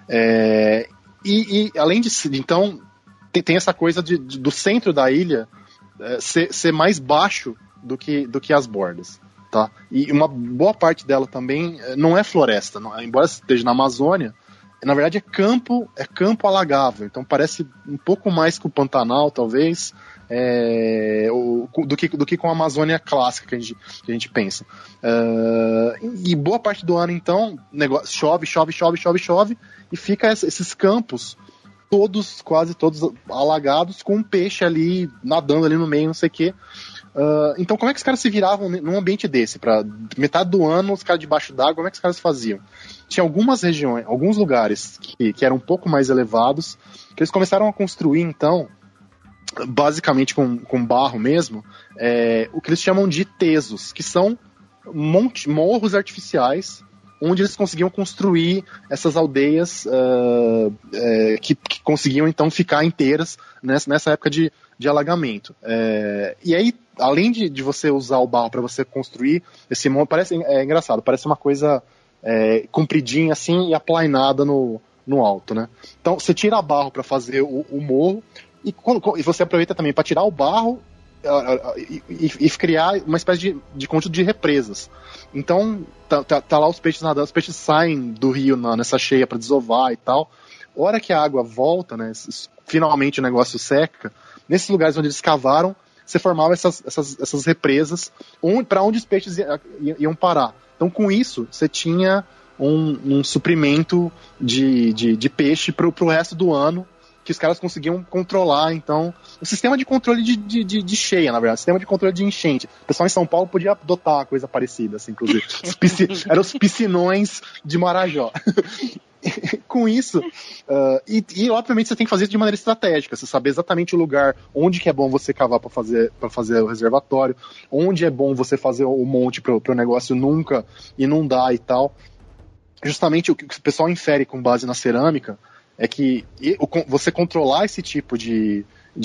É, e, e, além disso, então, tem, tem essa coisa de, de, do centro da ilha é, ser, ser mais baixo do que, do que as bordas. Tá? E uma boa parte dela também não é floresta, não, embora esteja na Amazônia, na verdade é campo, é campo alagável, então parece um pouco mais com o Pantanal, talvez, é, ou, do, que, do que com a Amazônia clássica que a gente, que a gente pensa. Uh, e boa parte do ano, então, negócio, chove, chove, chove, chove, chove, e fica esses campos todos, quase todos alagados, com um peixe ali, nadando ali no meio, não sei o quê. Uh, então como é que os caras se viravam num ambiente desse? Pra metade do ano, os caras debaixo d'água, como é que os caras faziam? Tinha algumas regiões, alguns lugares que, que eram um pouco mais elevados, que eles começaram a construir, então, basicamente com, com barro mesmo, é, o que eles chamam de tesos, que são monte, morros artificiais, onde eles conseguiam construir essas aldeias uh, uh, que, que conseguiam então ficar inteiras nessa, nessa época de, de alagamento. Uh, e aí, além de, de você usar o barro para você construir esse morro, parece é engraçado, parece uma coisa é, compridinha assim e aplainada no, no alto, né? Então você tira barro para fazer o, o morro e, quando, e você aproveita também para tirar o barro E, e, e criar uma espécie de, de conjunto de represas. Então tá, tá, tá lá os peixes nadando, os peixes saem do rio na, nessa cheia para desovar e tal. A hora que a água volta, né, finalmente o negócio seca, nesses lugares onde eles cavaram, você formava essas, essas, essas represas para onde os peixes iam parar. Então, com isso, você tinha um, um suprimento de, de, de peixe para o resto do ano, que os caras conseguiam controlar. Então, o sistema de controle de, de, de, de cheia, na verdade, o sistema de controle de enchente. O pessoal em São Paulo podia adotar uma coisa parecida, assim, inclusive. Os pisci... Eram os piscinões de Marajó. Com isso, uh, e, e obviamente você tem que fazer isso de maneira estratégica, você saber exatamente o lugar, onde que é bom você cavar para fazer, para fazer o reservatório, onde é bom você fazer o monte para o negócio nunca inundar e tal. Justamente o que o pessoal infere com base na cerâmica é que você controlar esse tipo de,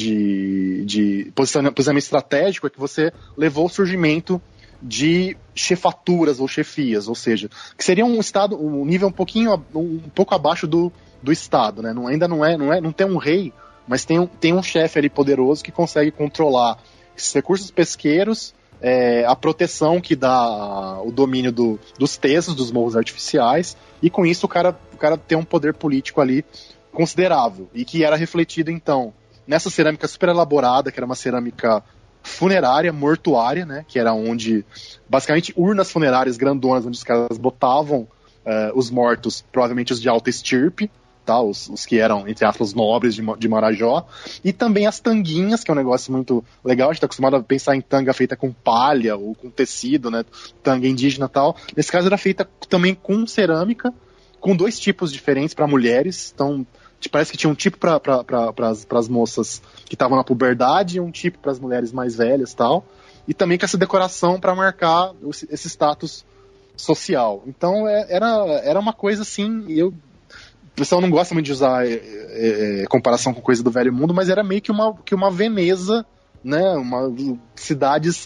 de, de posicionamento estratégico é que você levou ao surgimento de chefaturas ou chefias, ou seja, que seria um estado, um nível um pouquinho, um pouco abaixo do, do estado, né? Não, ainda não é, não é, não tem um rei, mas tem um, tem um chefe ali poderoso que consegue controlar esses recursos pesqueiros, é, a proteção que dá o domínio do, dos textos, dos morros artificiais, e com isso o cara, o cara tem um poder político ali considerável, e que era refletido então nessa cerâmica super elaborada, que era uma cerâmica funerária, mortuária, né, que era onde, basicamente, urnas funerárias grandonas, onde os caras botavam uh, os mortos, provavelmente os de alta estirpe, tá, os, os que eram, entre aspas, nobres de, de Marajó, e também as tanguinhas, que é um negócio muito legal, a gente tá acostumado a pensar em tanga feita com palha, ou com tecido, né, tanga indígena e tal, nesse caso era feita também com cerâmica, com dois tipos diferentes para mulheres, então parece que tinha um tipo para pra, as moças que estavam na puberdade e um tipo para as mulheres mais velhas e tal. E também com essa decoração para marcar esse status social. Então é, era, era uma coisa assim. Eu, o pessoal não gosta muito de usar é, é, comparação com coisa do Velho Mundo, mas era meio que uma, que uma Veneza, né? Uma, cidades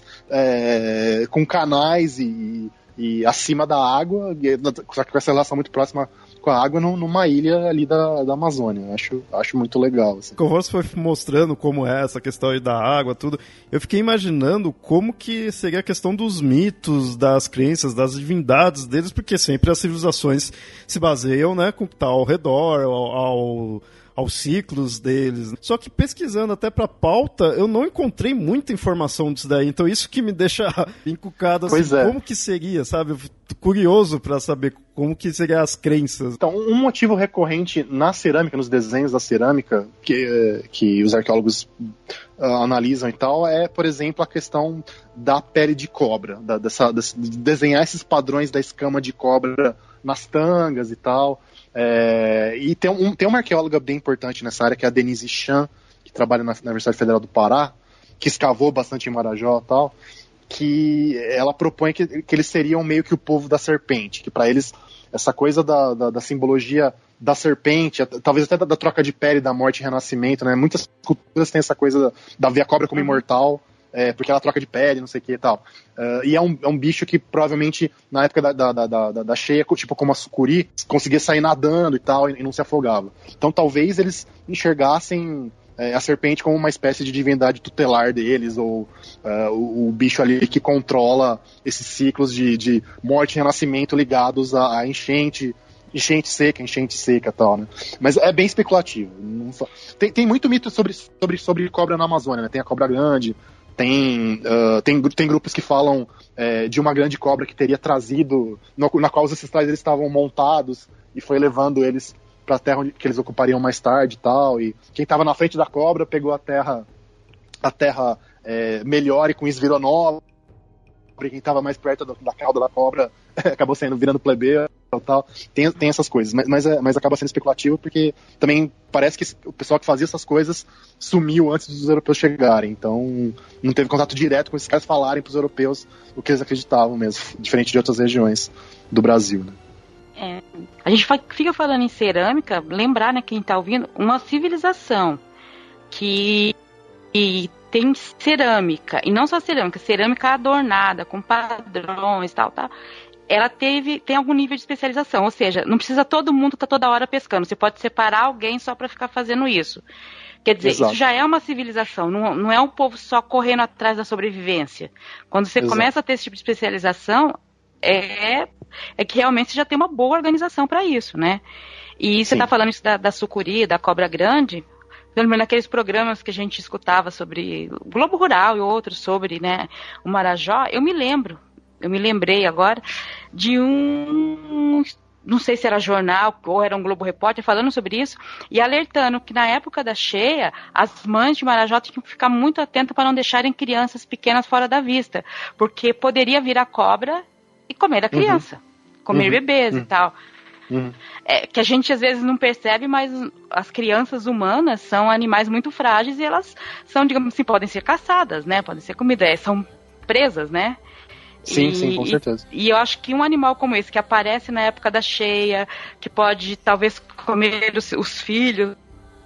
é, com canais e, e acima da água, só que com essa relação muito próxima com a água numa ilha ali da, da Amazônia. Acho, acho muito legal. Assim. O Ross foi mostrando como é essa questão aí da água, tudo. Eu fiquei imaginando como que seria a questão dos mitos, das crenças, das divindades deles, porque sempre as civilizações se baseiam, né, com o que está ao redor, ao, ao, aos ciclos deles. Só que pesquisando até pra pauta, eu não encontrei muita informação disso daí. Então isso que me deixa encucado, assim, pois é. Como que seria, sabe? Curioso para saber como que seriam as crenças. Então, um motivo recorrente na cerâmica, nos desenhos da cerâmica, que, que os arqueólogos uh, analisam e tal, é, por exemplo, a questão da pele de cobra, da, dessa, desse, de desenhar esses padrões da escama de cobra nas tangas e tal. É, e tem, um, tem uma arqueóloga bem importante nessa área, que é a Denise Chan, que trabalha na, na Universidade Federal do Pará, que escavou bastante em Marajó e tal, que ela propõe que, que eles seriam meio que o povo da serpente, que para eles essa coisa da, da, da simbologia da serpente, talvez até da, da troca de pele, da morte e renascimento, né? Muitas culturas têm essa coisa da, da ver a cobra como imortal, é, porque ela troca de pele, não sei o que e tal. Uh, e é um, é um bicho que provavelmente na época da, da, da, da, da cheia, tipo como a sucuri, conseguia sair nadando e tal, e, e não se afogava. Então talvez eles enxergassem é, a serpente como uma espécie de divindade tutelar deles, ou uh, o, o bicho ali que controla esses ciclos de, de morte e renascimento ligados à, à enchente, enchente seca, enchente seca e tal, né? Mas é bem especulativo. Não, tem, tem muito mito sobre, sobre, sobre cobra na Amazônia, né? Tem a cobra grande, tem, uh, tem, tem grupos que falam é, de uma grande cobra que teria trazido, no, na qual os ancestrais eles estavam montados e foi levando eles para a terra onde, que eles ocupariam mais tarde e tal, e quem estava na frente da cobra pegou a terra a terra é, melhor e com isso virou nova, e quem estava mais perto da, da cauda da cobra acabou sendo virando plebeu e tal. Tem, tem essas coisas, mas, mas, é, mas acaba sendo especulativo porque também parece que o pessoal que fazia essas coisas sumiu antes dos europeus chegarem, então não teve contato direto com esses caras falarem para os europeus o que eles acreditavam mesmo, diferente de outras regiões do Brasil, né? É, a gente fica falando em cerâmica, lembrar, né, quem está ouvindo, uma civilização que, que tem cerâmica, e não só cerâmica, cerâmica adornada, com padrões e tal, tal, ela teve, tem algum nível de especialização, ou seja, não precisa todo mundo estar tá toda hora pescando, você pode separar alguém só para ficar fazendo isso. Quer dizer, Exato. Isso já é uma civilização, não, não é um povo só correndo atrás da sobrevivência. Quando você Exato. Começa a ter esse tipo de especialização, é, é que realmente você já tem uma boa organização para isso, né? E você está falando isso da, da sucuri, da cobra grande, naqueles programas que a gente escutava sobre o Globo Rural e outros sobre, né, o Marajó, eu me lembro, eu me lembrei agora de um, não sei se era jornal ou era um Globo Repórter falando sobre isso e alertando que na época da cheia, as mães de Marajó tinham que ficar muito atentas para não deixarem crianças pequenas fora da vista, porque poderia vir a cobra e comer a criança, uhum. comer uhum. bebês uhum. e tal. Uhum. É, que a gente às vezes não percebe, mas as crianças humanas são animais muito frágeis e elas são, digamos assim, podem ser caçadas, né? Podem ser comidas, são presas, né? Sim, e, sim, com certeza. E, e eu acho que um animal como esse, que aparece na época da cheia, que pode talvez comer os, os filhos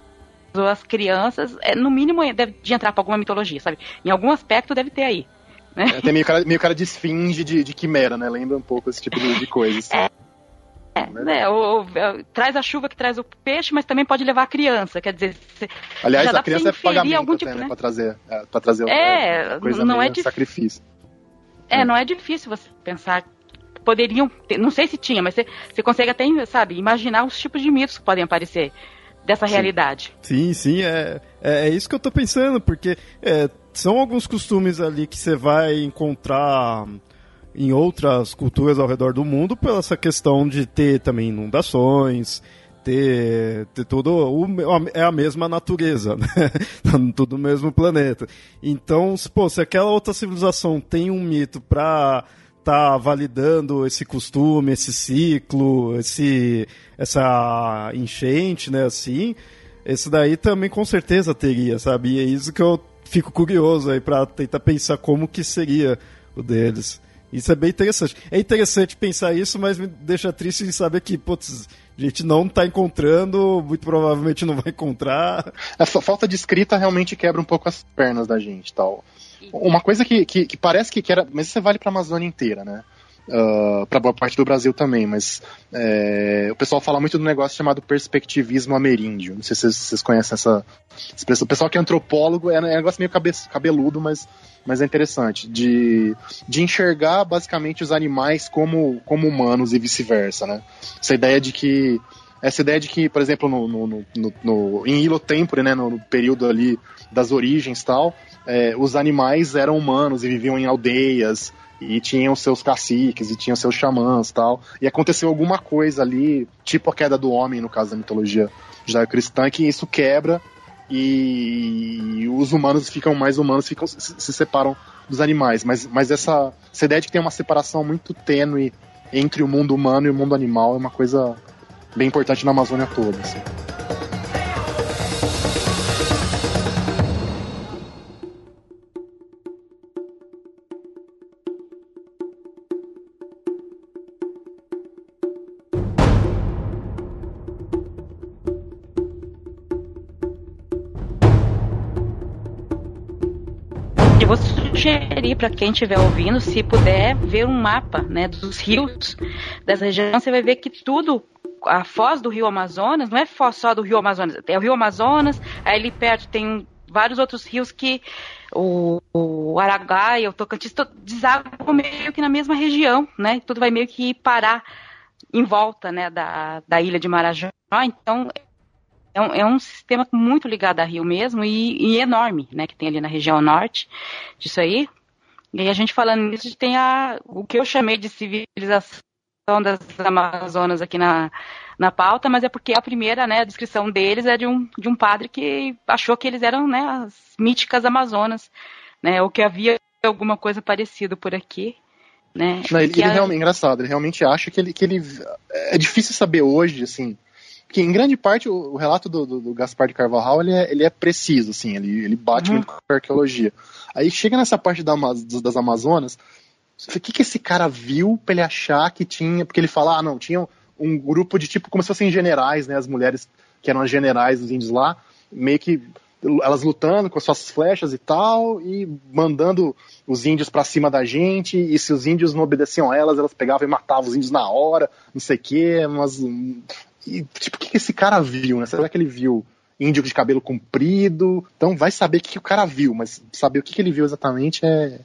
ou as crianças, é, no mínimo deve de entrar para alguma mitologia, sabe? Em algum aspecto deve ter aí. Né? É, tem meio cara, meio cara de esfinge, de, de quimera, né? Lembra um pouco esse tipo de, de coisa. Assim. É. É, né, ou, ou, traz a chuva que traz o peixe, mas também pode levar a criança, quer dizer... Aliás, a criança é pagamento algum até, tipo, né, né? para trazer, é, pra trazer é, coisa não meio é dif... sacrifício. É, é, não é difícil você pensar, poderiam, ter, não sei se tinha, mas você, você consegue até, sabe, imaginar os tipos de mitos que podem aparecer dessa sim. realidade. Sim, sim, é, é, é isso que eu tô pensando, porque é, são alguns costumes ali que você vai encontrar... em outras culturas ao redor do mundo, pela essa questão de ter também inundações, ter, ter tudo, o, é a mesma natureza, né? Tudo o mesmo planeta. Então, pô, se aquela outra civilização tem um mito para tá validando esse costume, esse ciclo, esse, essa enchente, né, assim, esse daí também com certeza teria, sabe? E é isso que eu fico curioso aí para tentar pensar como que seria o deles. Isso é bem interessante. É interessante pensar isso, mas me deixa triste de saber que, putz, a gente não está encontrando, muito provavelmente não vai encontrar. A falta de escrita realmente quebra um pouco as pernas da gente, tal. Uma coisa que, que, que parece que, que era... Mas isso vale para a Amazônia inteira, né? Uh, para boa parte do Brasil também, mas é, o pessoal fala muito do negócio chamado perspectivismo ameríndio. Não sei se vocês, vocês conhecem essa expressão. O pessoal que é antropólogo é um negócio meio cabe, cabeludo, mas, mas é interessante. De, de enxergar basicamente os animais como, como humanos e vice-versa, né? Essa ideia de que essa ideia de que, por exemplo, no, no, no, no, em Ilho Tempore, né, no, no período ali das origens e tal, é, os animais eram humanos e viviam em aldeias e tinham seus caciques, e tinham seus xamãs e tal, e aconteceu alguma coisa ali, tipo a queda do homem, no caso da mitologia judaico-cristã, que isso quebra, e os humanos ficam mais humanos, ficam, se, se separam dos animais, mas, mas essa, essa ideia de que tem uma separação muito tênue entre o mundo humano e o mundo animal é uma coisa bem importante na Amazônia toda, assim. Eu vou sugerir para quem estiver ouvindo, se puder ver um mapa, né, dos rios dessa região, você vai ver que tudo, a foz do rio Amazonas, não é foz só do rio Amazonas, é o rio Amazonas, aí ali perto tem vários outros rios que o, o Araguaia, o Tocantins, desagam meio que na mesma região, né, tudo vai meio que parar em volta, né, da, da ilha de Marajó, então... É um, é um sistema muito ligado a rio mesmo e, e enorme, né, que tem ali na região norte disso aí. E aí a gente falando nisso, tem a, o que eu chamei de civilização das Amazonas aqui na, na pauta, mas é porque a primeira, né, a descrição deles é de um, de um padre que achou que eles eram, né, as míticas Amazonas, né, ou que havia alguma coisa parecida por aqui. Né, Não, ele, ele a... realmente, engraçado, ele realmente acha que ele, que ele... É difícil saber hoje, assim... Porque, em grande parte, o, o relato do, do, do Gaspar de Carvajal, ele é, ele é preciso, assim, ele, ele bate uhum. muito com a arqueologia. Aí chega nessa parte da, das Amazonas, o que, que esse cara viu pra ele achar que tinha... Porque ele fala, ah, não, tinha um grupo de tipo, como se fossem generais, né, as mulheres que eram as generais dos índios lá, meio que elas lutando com as suas flechas e tal, e mandando os índios pra cima da gente, e se os índios não obedeciam a elas, elas pegavam e matavam os índios na hora, não sei o quê, mas... E, tipo, o que, que esse cara viu, né? Será que ele viu índio de cabelo comprido? Então vai saber o que, que o cara viu, mas saber o que, que ele viu exatamente é,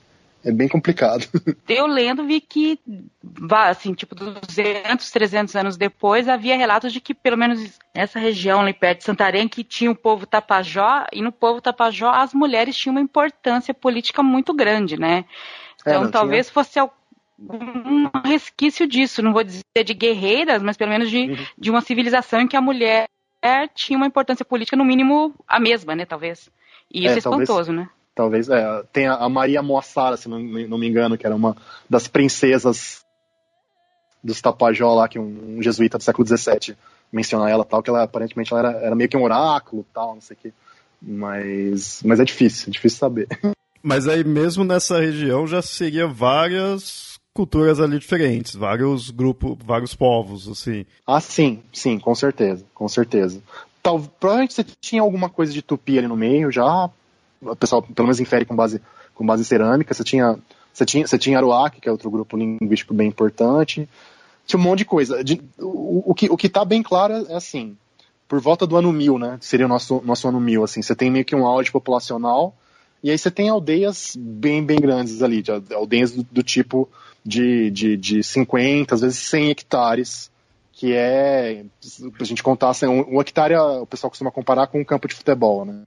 é bem complicado. Eu lendo vi que, assim, tipo, duzentos, trezentos anos depois, havia relatos de que, pelo menos nessa região ali perto de Santarém, que tinha o povo Tapajó, e no povo Tapajó as mulheres tinham uma importância política muito grande, né? Então, é, talvez tinha... fosse algum resquício disso, não vou dizer de guerreiras, mas pelo menos de, uhum. de uma civilização em que a mulher tinha uma importância política, no mínimo, a mesma, né, talvez. E isso é, é espantoso, talvez... né? Talvez, é, tem a Maria Moassara, se não, não me engano, que era uma das princesas dos Tapajó lá, que um, um jesuíta do século dezessete menciona ela, tal, que ela aparentemente ela era, era meio que um oráculo, tal, não sei o que. Mas, mas é difícil, é difícil saber. Mas aí mesmo nessa região já seria várias culturas ali diferentes, vários grupos, vários povos, assim. Ah, sim, sim, com certeza, com certeza. Tal, provavelmente você tinha alguma coisa de tupi ali no meio já. O pessoal pelo menos infere com base, com base cerâmica. Você tinha, você tinha, você tinha Aruac, que é outro grupo linguístico bem importante. Tinha um monte de coisa. De, o, o, que, o que tá bem claro é assim, por volta do ano mil, né? Seria o nosso, nosso ano mil, assim. Você tem meio que um auge populacional, e aí você tem aldeias bem, bem grandes ali, de, aldeias do, do tipo de, de, de cinquenta, às vezes cem hectares, que é, pra gente contar, assim, um, um hectare o pessoal costuma comparar com um campo de futebol, né?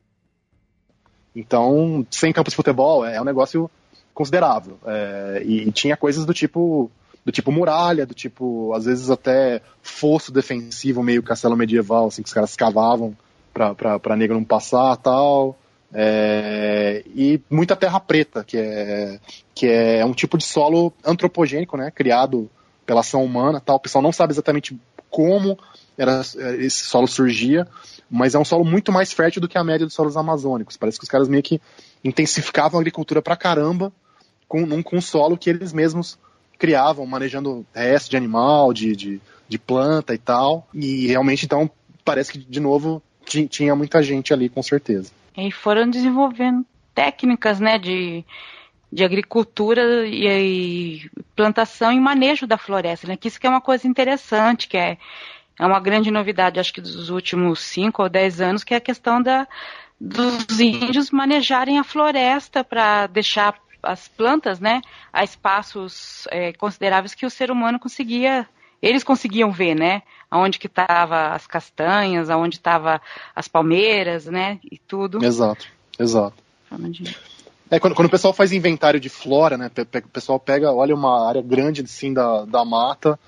Então, sem campo de futebol é um negócio considerável. É, e, e tinha coisas do tipo, do tipo muralha, do tipo, às vezes até fosso defensivo, meio castelo medieval, assim, que os caras cavavam pra, pra, pra negro não passar e tal. É, e muita terra preta, que é, que é um tipo de solo antropogênico, né, criado pela ação humana. Tal. O pessoal não sabe exatamente como era, esse solo surgia, mas é um solo muito mais fértil do que a média dos solos amazônicos. Parece que os caras meio que intensificavam a agricultura pra caramba com, num, com um solo que eles mesmos criavam, manejando resto de animal, de, de, de planta e tal. E realmente, então, parece que, de novo, t- tinha muita gente ali, com certeza. E foram desenvolvendo técnicas, né, de, de agricultura e, e plantação e manejo da floresta, né, que isso que é uma coisa interessante, que é É uma grande novidade, acho que dos últimos cinco ou dez anos, que é a questão da, dos índios manejarem a floresta para deixar as plantas, né, a espaços é, consideráveis que o ser humano conseguia, eles conseguiam ver, né, aonde que estavam as castanhas, aonde estavam as palmeiras, né, e tudo. Exato, exato. É, quando, quando o pessoal faz inventário de flora, né, o pessoal pega, olha uma área grande assim da, da mata,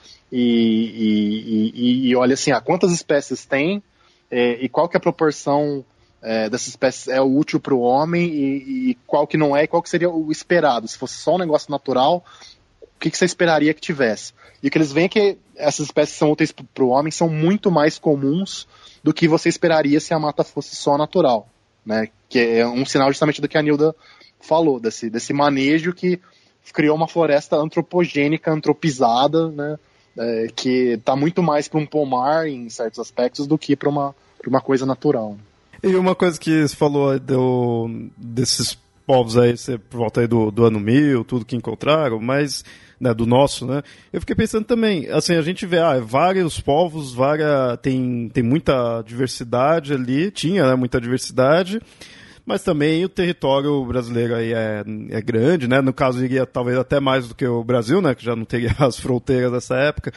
E, e, e, e olha assim, ah, quantas espécies tem é, e qual que é a proporção é, dessas espécies é útil para o homem e, e qual que não é e qual que seria o esperado. Se fosse só um negócio natural, o que, que você esperaria que tivesse? E o que eles veem é que essas espécies que são úteis para o homem são muito mais comuns do que você esperaria se a mata fosse só natural, né? Que é um sinal justamente do que a Nilda falou, desse, desse manejo que criou uma floresta antropogênica, antropizada, né? É, que está muito mais para um pomar em certos aspectos do que para uma, pra uma coisa natural. E uma coisa que você falou do, desses povos aí, você, por volta aí do, do ano mil, tudo que encontraram, mas né, do nosso, né? Eu fiquei pensando também, assim, a gente vê ah, vários povos, várias, tem, tem muita diversidade ali, tinha né, muita diversidade, mas também o território brasileiro aí é, é grande, né? No caso, iria talvez até mais do que o Brasil, né? Que já não teria as fronteiras dessa época.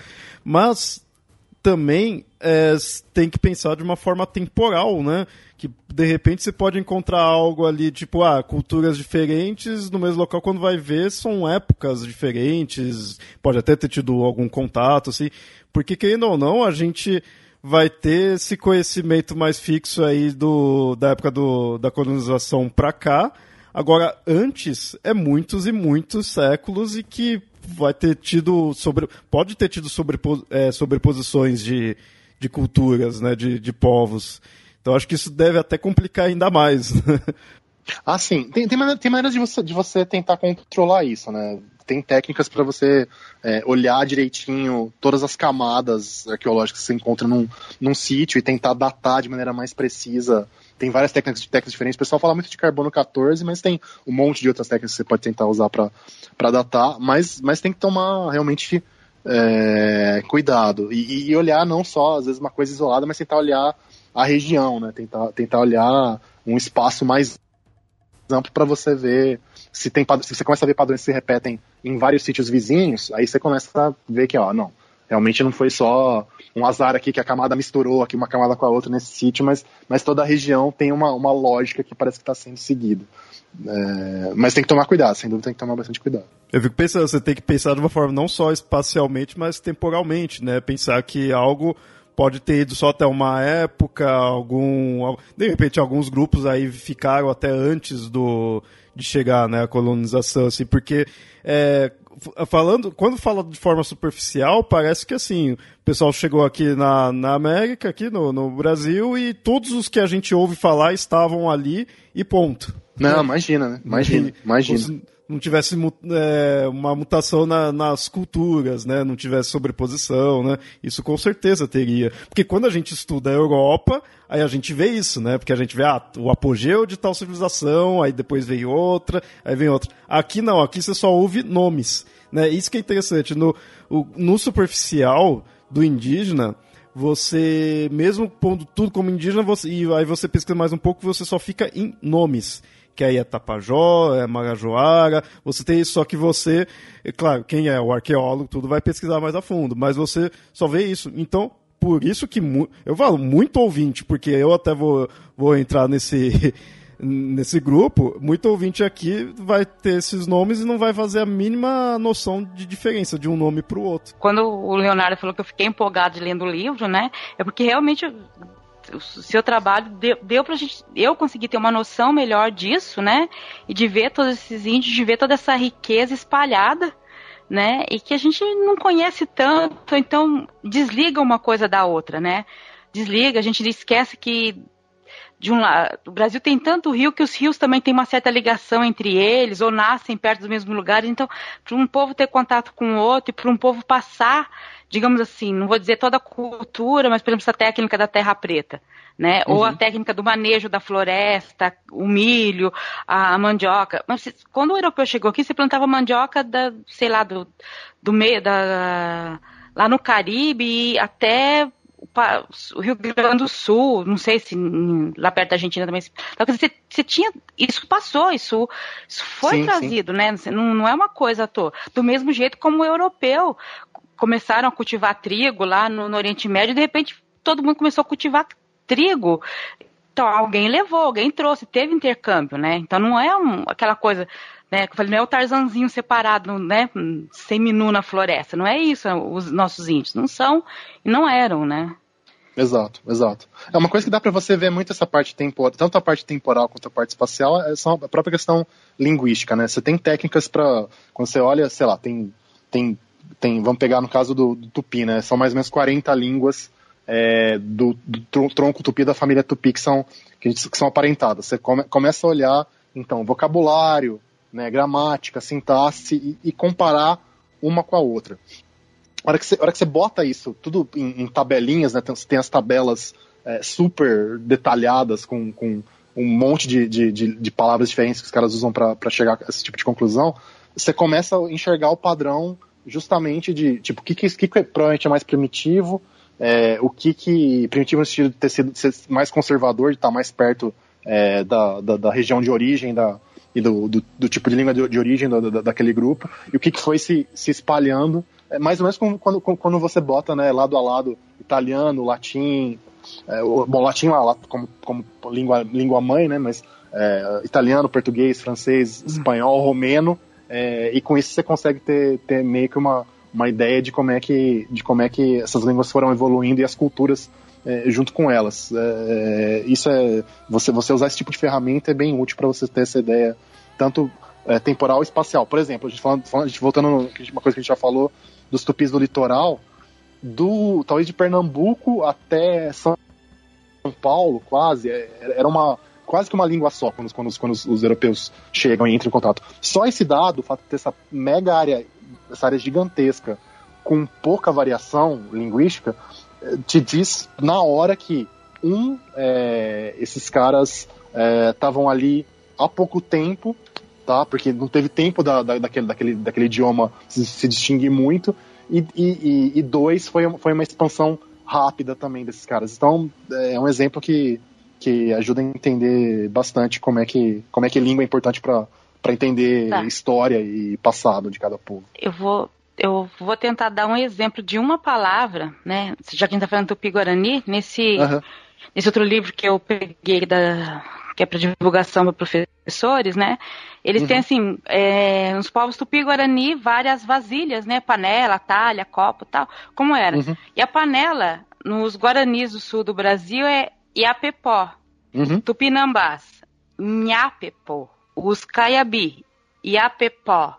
Mas também é, tem que pensar de uma forma temporal, né? Que de repente você pode encontrar algo ali, tipo, ah, culturas diferentes no mesmo local, quando vai ver são épocas diferentes, pode até ter tido algum contato, assim. Porque, querendo ou não, a gente vai ter esse conhecimento mais fixo aí do, da época do, da colonização para cá. Agora, antes, é muitos e muitos séculos e que vai ter tido, sobre, pode ter tido sobrepo, é, sobreposições de, de culturas, né, de, de povos. Então, acho que isso deve até complicar ainda mais. Ah, sim. Tem, tem, maneira, tem maneiras de você, de você tentar controlar isso, né? Tem técnicas para você é, olhar direitinho todas as camadas arqueológicas que você encontra num, num sítio e tentar datar de maneira mais precisa. Tem várias técnicas, técnicas diferentes. O pessoal fala muito de carbono quatorze, mas tem um monte de outras técnicas que você pode tentar usar para datar. Mas, mas tem que tomar realmente é, cuidado. E, e olhar não só, às vezes, uma coisa isolada, mas tentar olhar a região, né? Tentar, tentar olhar um espaço mais amplo para você ver se tem se você começa a ver padrões que se repetem em vários sítios vizinhos, aí você começa a ver que, ó, não, realmente não foi só um azar aqui que a camada misturou aqui uma camada com a outra nesse sítio, mas, mas toda a região tem uma, uma lógica que parece que está sendo seguida. É, mas tem que tomar cuidado, sem dúvida tem que tomar bastante cuidado. Eu fico pensando, você tem que pensar de uma forma não só espacialmente, mas temporalmente, né? Pensar que algo pode ter ido só até uma época, algum, de repente alguns grupos aí ficaram até antes do, de chegar, né, a colonização, assim, porque é, falando, quando fala de forma superficial, parece que assim, o pessoal chegou aqui na, na América, aqui no, no Brasil, e todos os que a gente ouve falar estavam ali e ponto. Não, imagina, né? Imagina, e, imagina. Se não tivesse é, uma mutação na, nas culturas, né? Não tivesse sobreposição, né? Isso com certeza teria. Porque quando a gente estuda a Europa, aí a gente vê isso, né? Porque a gente vê ah, o apogeu de tal civilização, aí depois vem outra, aí vem outra. Aqui não, aqui você só ouve nomes, né? Isso que é interessante. No, o, no superficial do indígena, você, mesmo pondo tudo como indígena, você, e aí você pesquisa mais um pouco, você só fica em nomes. Que aí é Tapajó, é Marajoara, você tem isso, só que você, é claro, quem é o arqueólogo, tudo vai pesquisar mais a fundo, mas você só vê isso. Então, por isso que, mu- eu falo muito ouvinte, porque eu até vou, vou entrar nesse, nesse grupo, muito ouvinte aqui vai ter esses nomes e não vai fazer a mínima noção de diferença de um nome para o outro. Quando o Leonardo falou que eu fiquei empolgado de lendo o livro, né, é porque realmente o seu trabalho deu, deu pra gente, eu consegui ter uma noção melhor disso, né, e de ver todos esses índios, de ver toda essa riqueza espalhada, né, e que a gente não conhece tanto, então desliga uma coisa da outra, né, desliga, a gente esquece que de um lado, o Brasil tem tanto rio que os rios também têm uma certa ligação entre eles, ou nascem perto dos mesmos lugares, então para um povo ter contato com o outro e para um povo passar, digamos assim, não vou dizer toda a cultura, mas, por exemplo, essa técnica da terra preta, né? Uhum. Ou a técnica do manejo da floresta, o milho, a mandioca. Mas quando o europeu chegou aqui, você plantava mandioca da, sei lá, do, do meio, da, lá no Caribe até o Rio Grande do Sul, não sei se lá perto da Argentina também. Então, você, você tinha, isso passou, isso, isso foi sim, trazido, sim. Né? Não, não é uma coisa à toa. Do mesmo jeito como o europeu começaram a cultivar trigo lá no, no Oriente Médio, e de repente todo mundo começou a cultivar trigo. Então alguém levou, alguém trouxe, teve intercâmbio, né? Então não é um, aquela coisa, né? Que eu falei, não é o Tarzanzinho separado, né? Seminu na floresta, não é isso. Os nossos índios não são e não eram, né? Exato, exato. É uma coisa que dá para você ver muito essa parte temporal, tanto a parte temporal quanto a parte espacial, é só a própria questão linguística, né? Você tem técnicas para, quando você olha, sei lá, tem, tem, tem, vamos pegar no caso do, do Tupi, né? São mais ou menos quarenta línguas é, do, do tronco Tupi da família Tupi que são, que, que são aparentadas. Você come, começa a olhar, então, vocabulário, né, gramática, sintaxe e, e comparar uma com a outra. A hora que você, a hora que você bota isso tudo em, em tabelinhas, né, tem, tem as tabelas é, super detalhadas com, com um monte de, de, de, de palavras diferentes que os caras usam para chegar a esse tipo de conclusão, você começa a enxergar o padrão justamente de, tipo, o que, que, que, que provavelmente é mais primitivo, é, o que, que primitivo no sentido de ter sido de ser mais conservador, de estar mais perto é, da, da, da região de origem da, e do, do, do tipo de língua de, de origem do, da, daquele grupo, e o que, que foi se, se espalhando. É mais ou menos como quando, quando você bota, né, lado a lado italiano, latim, é, bom, latim lá, como, como língua, língua mãe, né, mas é, italiano, português, francês, espanhol, romeno, é, e com isso você consegue ter, ter meio que uma, uma ideia de como, é que, de como é que essas línguas foram evoluindo e as culturas é, junto com elas. É, isso é, você, você usar esse tipo de ferramenta é bem útil para você ter essa ideia, tanto é, temporal e espacial. Por exemplo, a gente, falando, falando, a gente voltando no, uma coisa que a gente já falou, dos tupis do litoral, do, talvez de Pernambuco até São Paulo, quase, era uma, quase que uma língua só quando, quando, quando os, os europeus chegam e entram em contato. Só esse dado, o fato de ter essa mega área, essa área gigantesca, com pouca variação linguística, te diz na hora que, um, é, esses caras estavam é, ali há pouco tempo, tá? Porque não teve tempo da, da, daquele, daquele, daquele idioma se, se distinguir muito, e, e, e dois, foi, foi uma expansão rápida também desses caras. Então, é um exemplo que, que ajuda a entender bastante como é que, como é que língua é importante para para entender tá. história e passado de cada povo. Eu vou, eu vou tentar dar um exemplo de uma palavra, né? Já que a gente está falando Tupi-Guarani, nesse, uhum. nesse outro livro que eu peguei, da, que é para divulgação para professores, né? Eles uhum. têm, assim, é, nos povos Tupi-Guarani, várias vasilhas, né? Panela, talha, copo e tal, como era. Uhum. E a panela, nos Guaranis do sul do Brasil, é Iapepó, uhum. Tupinambás, Nhapepô, os Caiabi, Iapepó,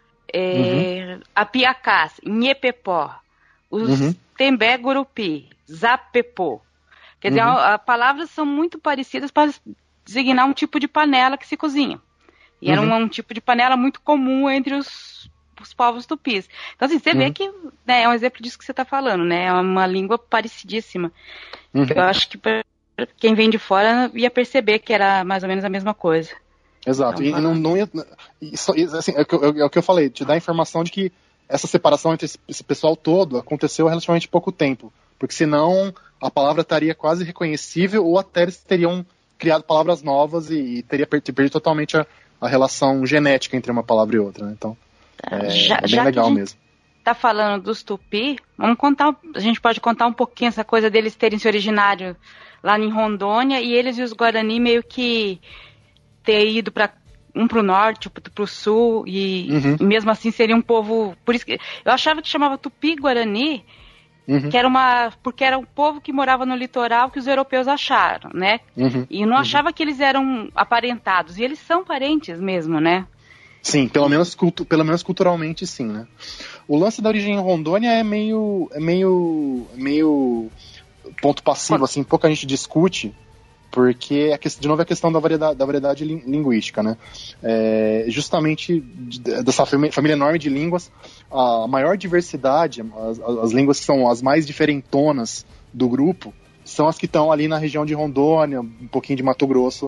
é, uhum. Apiacás, Nhepepó, os uhum. Tembé-Gurupi, Zapepô. Quer dizer, uhum. as palavras são muito parecidas para designar um tipo de panela que se cozinha. E uhum. era um, um tipo de panela muito comum entre os, os povos tupis. Então, assim, você uhum. vê que né, é um exemplo disso que você está falando, né? É uma língua parecidíssima. Uhum. Eu acho que pra quem vem de fora ia perceber que era mais ou menos a mesma coisa. Exato, então, e não, não ia, isso, assim, é, o que eu, é o que eu falei, te dá a informação de que essa separação entre esse, esse pessoal todo aconteceu há relativamente pouco tempo, porque senão a palavra estaria quase reconhecível ou até eles teriam criado palavras novas e, e teria perdido, perdido totalmente a, a relação genética entre uma palavra e outra, né? Então é, já, é bem já legal que a gente mesmo. Tá falando dos tupi, vamos contar, a gente pode contar um pouquinho essa coisa deles terem se originário lá em Rondônia e eles e os Guarani meio que ter ido para um para o norte, outro para o sul, e uhum. mesmo assim seria um povo. Por isso que eu achava que chamava Tupi-Guarani, uhum. que era uma. Porque era um povo que morava no litoral que os europeus acharam, né? Uhum. E eu não achava uhum. que eles eram aparentados, e eles são parentes mesmo, né? Sim, pelo menos, cultu- pelo menos culturalmente sim, né? O lance da origem em Rondônia é meio. é meio. meio ponto passivo, assim, pouca gente discute. Porque, de novo, é a questão da variedade, da variedade linguística, né? É, justamente dessa família enorme de línguas, a maior diversidade, as, as línguas que são as mais diferentonas do grupo, são as que estão ali na região de Rondônia, um pouquinho de Mato Grosso,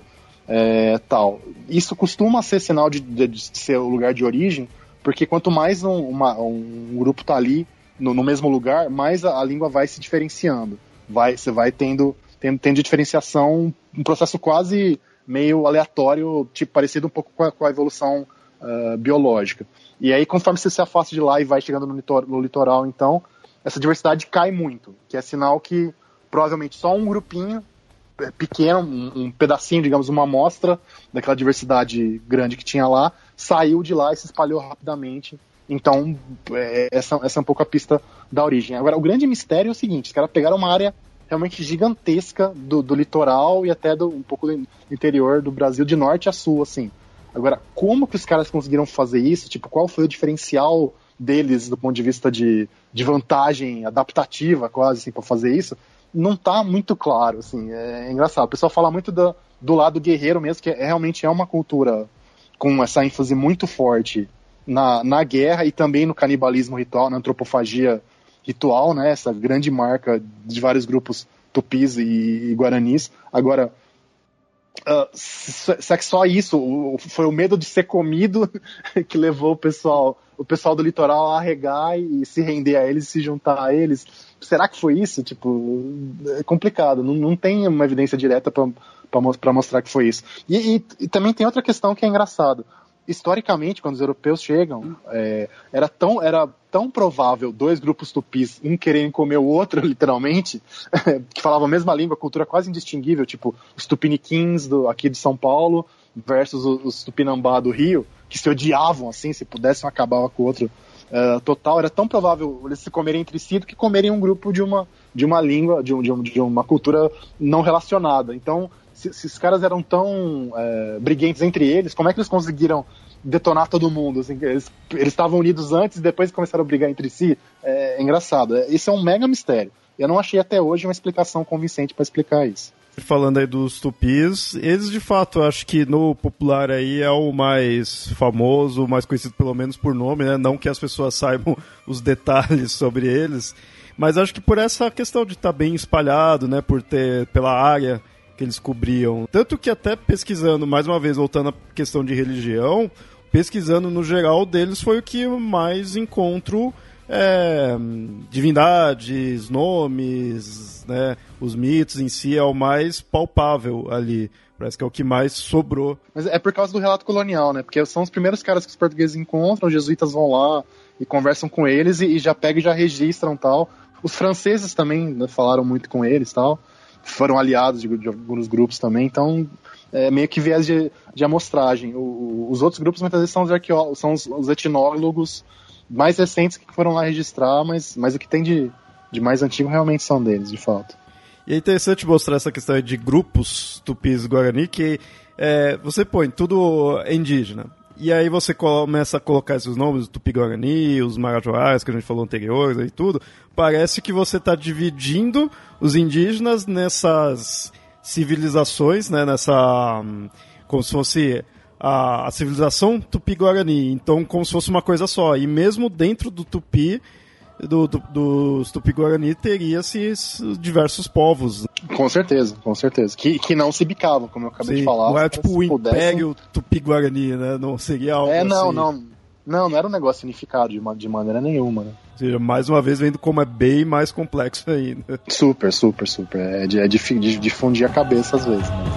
é, tal. Isso costuma ser sinal de, de, de ser o lugar de origem, porque quanto mais um, uma, um grupo está ali, no, no mesmo lugar, mais a, a língua vai se diferenciando. Vai, você vai tendo... Tem, tem de diferenciação um processo quase meio aleatório, tipo, parecido um pouco com a, com a evolução uh, biológica. E aí, conforme você se afasta de lá e vai chegando no litoral, no litoral, então, essa diversidade cai muito, que é sinal que provavelmente só um grupinho pequeno, um, um pedacinho, digamos, uma amostra daquela diversidade grande que tinha lá, saiu de lá e se espalhou rapidamente. Então, é, essa, essa é um pouco a pista da origem. Agora, o grande mistério é o seguinte, os caras pegaram uma área realmente gigantesca do, do litoral e até do, um pouco do interior do Brasil, de norte a sul, assim. Agora, como que os caras conseguiram fazer isso? Tipo, qual foi o diferencial deles do ponto de vista de, de vantagem adaptativa, quase, assim, para fazer isso? Não tá muito claro, assim, é engraçado. O pessoal fala muito do, do lado guerreiro mesmo, que é, realmente é uma cultura com essa ênfase muito forte na, na guerra e também no canibalismo ritual, na antropofagia ritual, né, essa grande marca de vários grupos tupis e, e guaranis. Agora, uh, será que só isso, o, foi o medo de ser comido que levou o pessoal, o pessoal do litoral a arregar e se render a eles e se juntar a eles? Será que foi isso? Tipo, é complicado, não, não tem uma evidência direta para mostrar que foi isso. E, e, e também tem outra questão que é engraçado. Historicamente, quando os europeus chegam, é, era, tão, era tão provável dois grupos tupis, um querendo comer o outro, literalmente, que falavam a mesma língua, cultura quase indistinguível, tipo os tupiniquins do, aqui de São Paulo versus os, os tupinambá do Rio, que se odiavam, assim, se pudessem acabar com o outro. Uh, total, era tão provável eles se comerem entre si do que comerem um grupo de uma, de uma língua, de, um, de, um, de uma cultura não relacionada. Então, se, se os caras eram tão é, briguentes entre eles, como é que eles conseguiram detonar todo mundo? Assim, eles estavam unidos antes e depois começaram a brigar entre si. É, é engraçado. Isso é um mega mistério. Eu não achei até hoje uma explicação convincente para explicar isso. Falando aí dos tupis, eles de fato, acho que no popular aí é o mais famoso, o mais conhecido pelo menos por nome, né? Não que as pessoas saibam os detalhes sobre eles, mas acho que por essa questão de estar bem espalhado, né? Por ter, pela área que eles cobriam. Tanto que até pesquisando, mais uma vez, voltando à questão de religião, pesquisando no geral deles foi o que mais encontro é, divindades, nomes, né, os mitos em si é o mais palpável ali. Parece que é o que mais sobrou. Mas é por causa do relato colonial, né? Porque são os primeiros caras que os portugueses encontram, os jesuítas vão lá e conversam com eles e, e já pegam e já registram tal. Os franceses também, né, falaram muito com eles tal. Foram aliados de, de alguns grupos também, então é meio que viés de, de amostragem. O, o, os outros grupos muitas vezes são os arqueólogos, são os, os etnólogos mais recentes que foram lá registrar, mas, mas o que tem de, de mais antigo realmente são deles, de fato. E é interessante mostrar essa questão de grupos tupis e guarani, que é, você põe tudo indígena. E aí você começa a colocar esses nomes, tupi-guarani, os marajoaras, que a gente falou anteriores e tudo. Parece que você está dividindo os indígenas nessas civilizações, né, nessa... como se fosse a, a civilização tupi-guarani. Então, como se fosse uma coisa só. E mesmo dentro do tupi... Do, do, dos Tupi-Guarani teria-se diversos povos. Com certeza, com certeza. Que, que não se bicavam, como eu acabei Sim, de falar. não é tipo o pudessem... Império Tupi-Guarani, né? Não seria algo É, não, assim. não. Não, não era um negócio unificado de, de maneira nenhuma, né? Ou seja, mais uma vez, vendo como é bem mais complexo ainda. Super, super, super. É de, é de, de, de fundir a cabeça às vezes, né?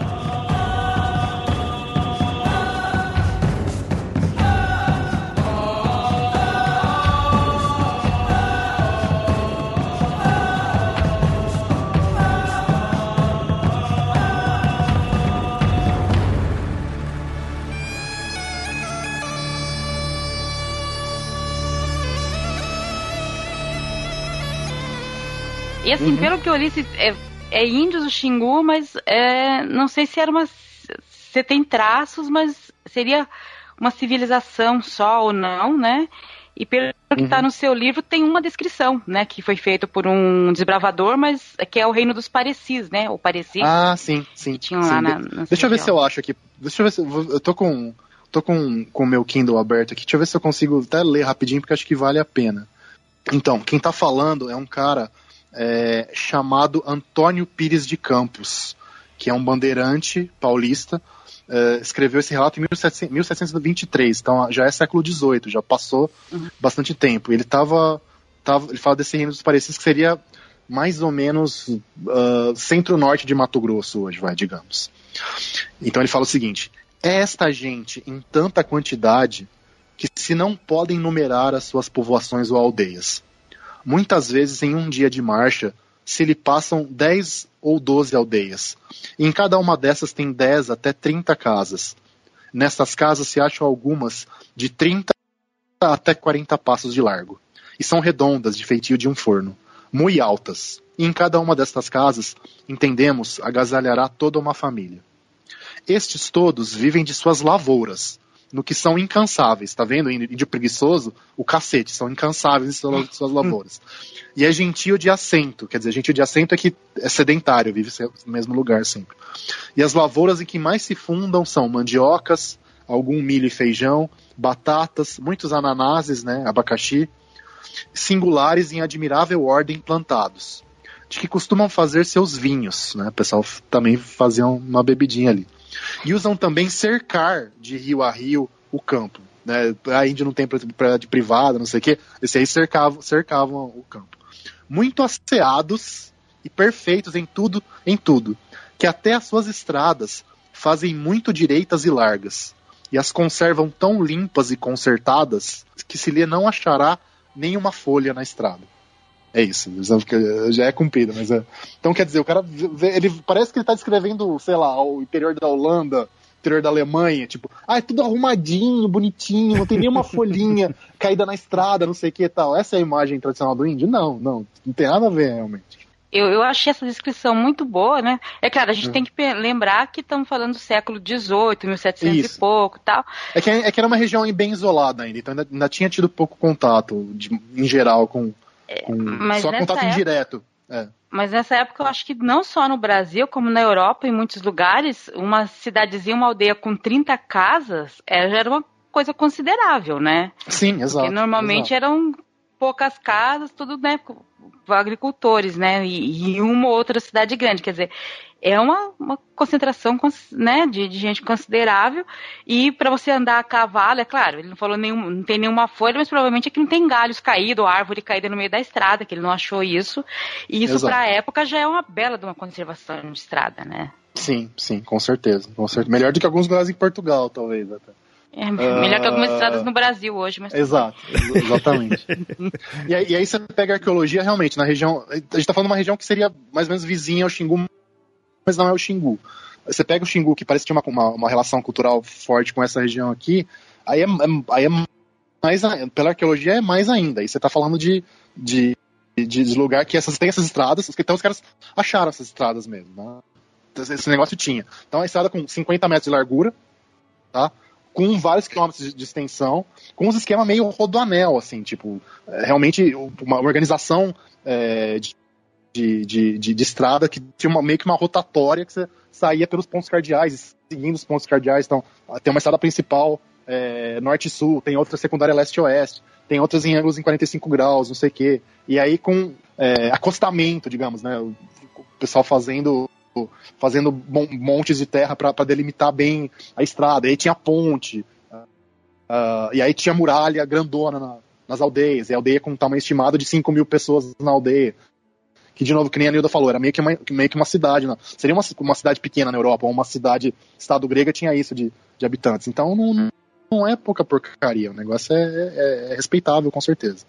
E assim, uhum. pelo que eu li, é, é índios o Xingu, mas é, não sei se era uma... Você tem traços, mas seria uma civilização só ou não, né? E pelo que está uhum. no seu livro, tem uma descrição, né? Que foi feito por um desbravador, mas que é o reino dos Parecis, né? O Parecis. Ah, sim, sim. Que tinham sim. lá na, na Deixa eu ver se eu acho aqui. Deixa eu ver se... Eu tô com... Tô com o meu Kindle aberto aqui. Deixa eu ver se eu consigo até ler rapidinho, porque acho que vale a pena. Então, quem tá falando é um cara... É, chamado Antônio Pires de Campos, que é um bandeirante paulista, é, escreveu esse relato em mil setecentos e vinte e três, então já é século dezoito, já passou uhum. bastante tempo. Ele tava, tava, ele fala desse reino dos Parecis que seria mais ou menos uh, centro-norte de Mato Grosso hoje, vai, digamos. Então ele fala o seguinte: esta gente em tanta quantidade que se não podem numerar as suas povoações ou aldeias. Muitas vezes, em um dia de marcha, se lhe passam dez ou doze aldeias. E em cada uma dessas tem dez até trinta casas. Nessas casas se acham algumas de trinta até quarenta passos de largo. E são redondas, de feitio de um forno. Muito altas. E em cada uma destas casas, entendemos, agasalhará toda uma família. Estes todos vivem de suas lavouras, no que são incansáveis, tá vendo? Índio preguiçoso, o cacete, são incansáveis em suas, suas lavouras. E é gentio de assento, quer dizer, gentio de assento é que é sedentário, vive no mesmo lugar sempre. E as lavouras em que mais se fundam são mandiocas, algum milho e feijão, batatas, muitos ananases, né, abacaxi, singulares em admirável ordem plantados, de que costumam fazer seus vinhos, né, o pessoal também fazia uma bebidinha ali. E usam também cercar de rio a rio o campo. Né? A Índia não tem propriedade privada, não sei o quê. Esse aí cercavam, cercavam o campo. Muito asseados e perfeitos em tudo, em tudo, que até as suas estradas fazem muito direitas e largas, e as conservam tão limpas e consertadas que se lhe não achará nenhuma folha na estrada. É isso, já é cumprido, mas é... Então, quer dizer, o cara, ele parece que ele tá descrevendo, sei lá, o interior da Holanda, o interior da Alemanha, tipo, ah, é tudo arrumadinho, bonitinho, não tem nenhuma folhinha caída na estrada, não sei o que e tal. Essa é a imagem tradicional do índio? Não, não, não tem nada a ver, realmente. Eu, eu achei essa descrição muito boa, né? É claro, a gente uhum. tem que lembrar que estamos falando do século dezoito, mil e setecentos Isso. e pouco e tal. É que, é que era uma região bem isolada ainda, então ainda, ainda tinha tido pouco contato, de, em geral, com... Com, só contato época, indireto. É. Mas nessa época eu acho que não só no Brasil, como na Europa, em muitos lugares, uma cidadezinha, uma aldeia com trinta casas, é, já era uma coisa considerável, né? Sim, exato. Porque normalmente exato. eram poucas casas, tudo, né? agricultores, né, e, e uma ou outra cidade grande, quer dizer, é uma, uma concentração, né, de, de gente considerável, e para você andar a cavalo, é claro, ele não falou nenhum, não tem nenhuma folha, mas provavelmente é que não tem galhos caídos, ou árvore caída no meio da estrada, que ele não achou isso, e isso para a época já é uma bela de uma conservação de estrada, né. Sim, sim, com certeza, com certeza. Melhor do que alguns lugares em Portugal, talvez, até. É melhor uh... que algumas estradas no Brasil hoje. Mas... Exato, exatamente. e, aí, e aí você pega a arqueologia realmente na região... A gente tá falando de uma região que seria mais ou menos vizinha ao Xingu, mas não é o Xingu. Você pega o Xingu, que parece que tinha uma, uma, uma relação cultural forte com essa região aqui, aí é, é, aí é mais... Pela arqueologia é mais ainda. Aí você tá falando de, de, de, de lugar que essas, tem essas estradas, então os caras acharam essas estradas mesmo, né? Esse negócio tinha. Então a estrada com cinquenta metros de largura, tá? Com vários quilômetros de, de extensão, com uns esquemas meio rodoanel, assim, tipo, é, realmente uma organização é, de, de, de, de, de estrada que tinha uma, meio que uma rotatória que você saía pelos pontos cardeais, seguindo os pontos cardeais. Então, tem uma estrada principal é, norte e sul, tem outra secundária leste e oeste, tem outras em ângulos em quarenta e cinco graus, não sei o quê. E aí com é, acostamento, digamos, né? O pessoal fazendo... fazendo montes de terra para delimitar bem a estrada. Aí tinha ponte, uh, e aí tinha muralha grandona na, nas aldeias, e a aldeia com um tamanho estimado de cinco mil pessoas na aldeia, que de novo, que nem a Nilda falou, era meio que uma, meio que uma cidade, né? Seria uma, uma cidade pequena na Europa, ou uma cidade, estado grega tinha isso de, de habitantes, então não, não é pouca porcaria, o negócio é, é, é respeitável, com certeza.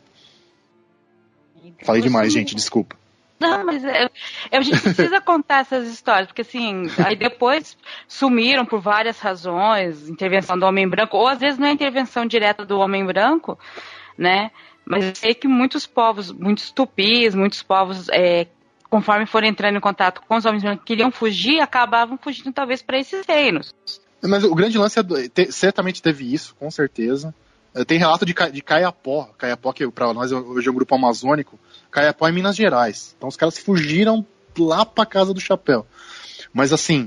Falei demais, gente, desculpa. Não, mas é, a gente precisa contar essas histórias, porque assim, aí depois sumiram por várias razões, intervenção do homem branco, ou às vezes não é intervenção direta do homem branco, né, mas eu sei que muitos povos, muitos tupis, muitos povos, é, conforme foram entrando em contato com os homens brancos, queriam fugir, acabavam fugindo talvez para esses reinos. Mas o grande lance é, te, certamente teve isso, com certeza. Tem relato de, de Caiapó, Caiapó que para nós hoje é um grupo amazônico, Caiapó em Minas Gerais. Então os caras fugiram lá pra casa do chapéu. Mas assim,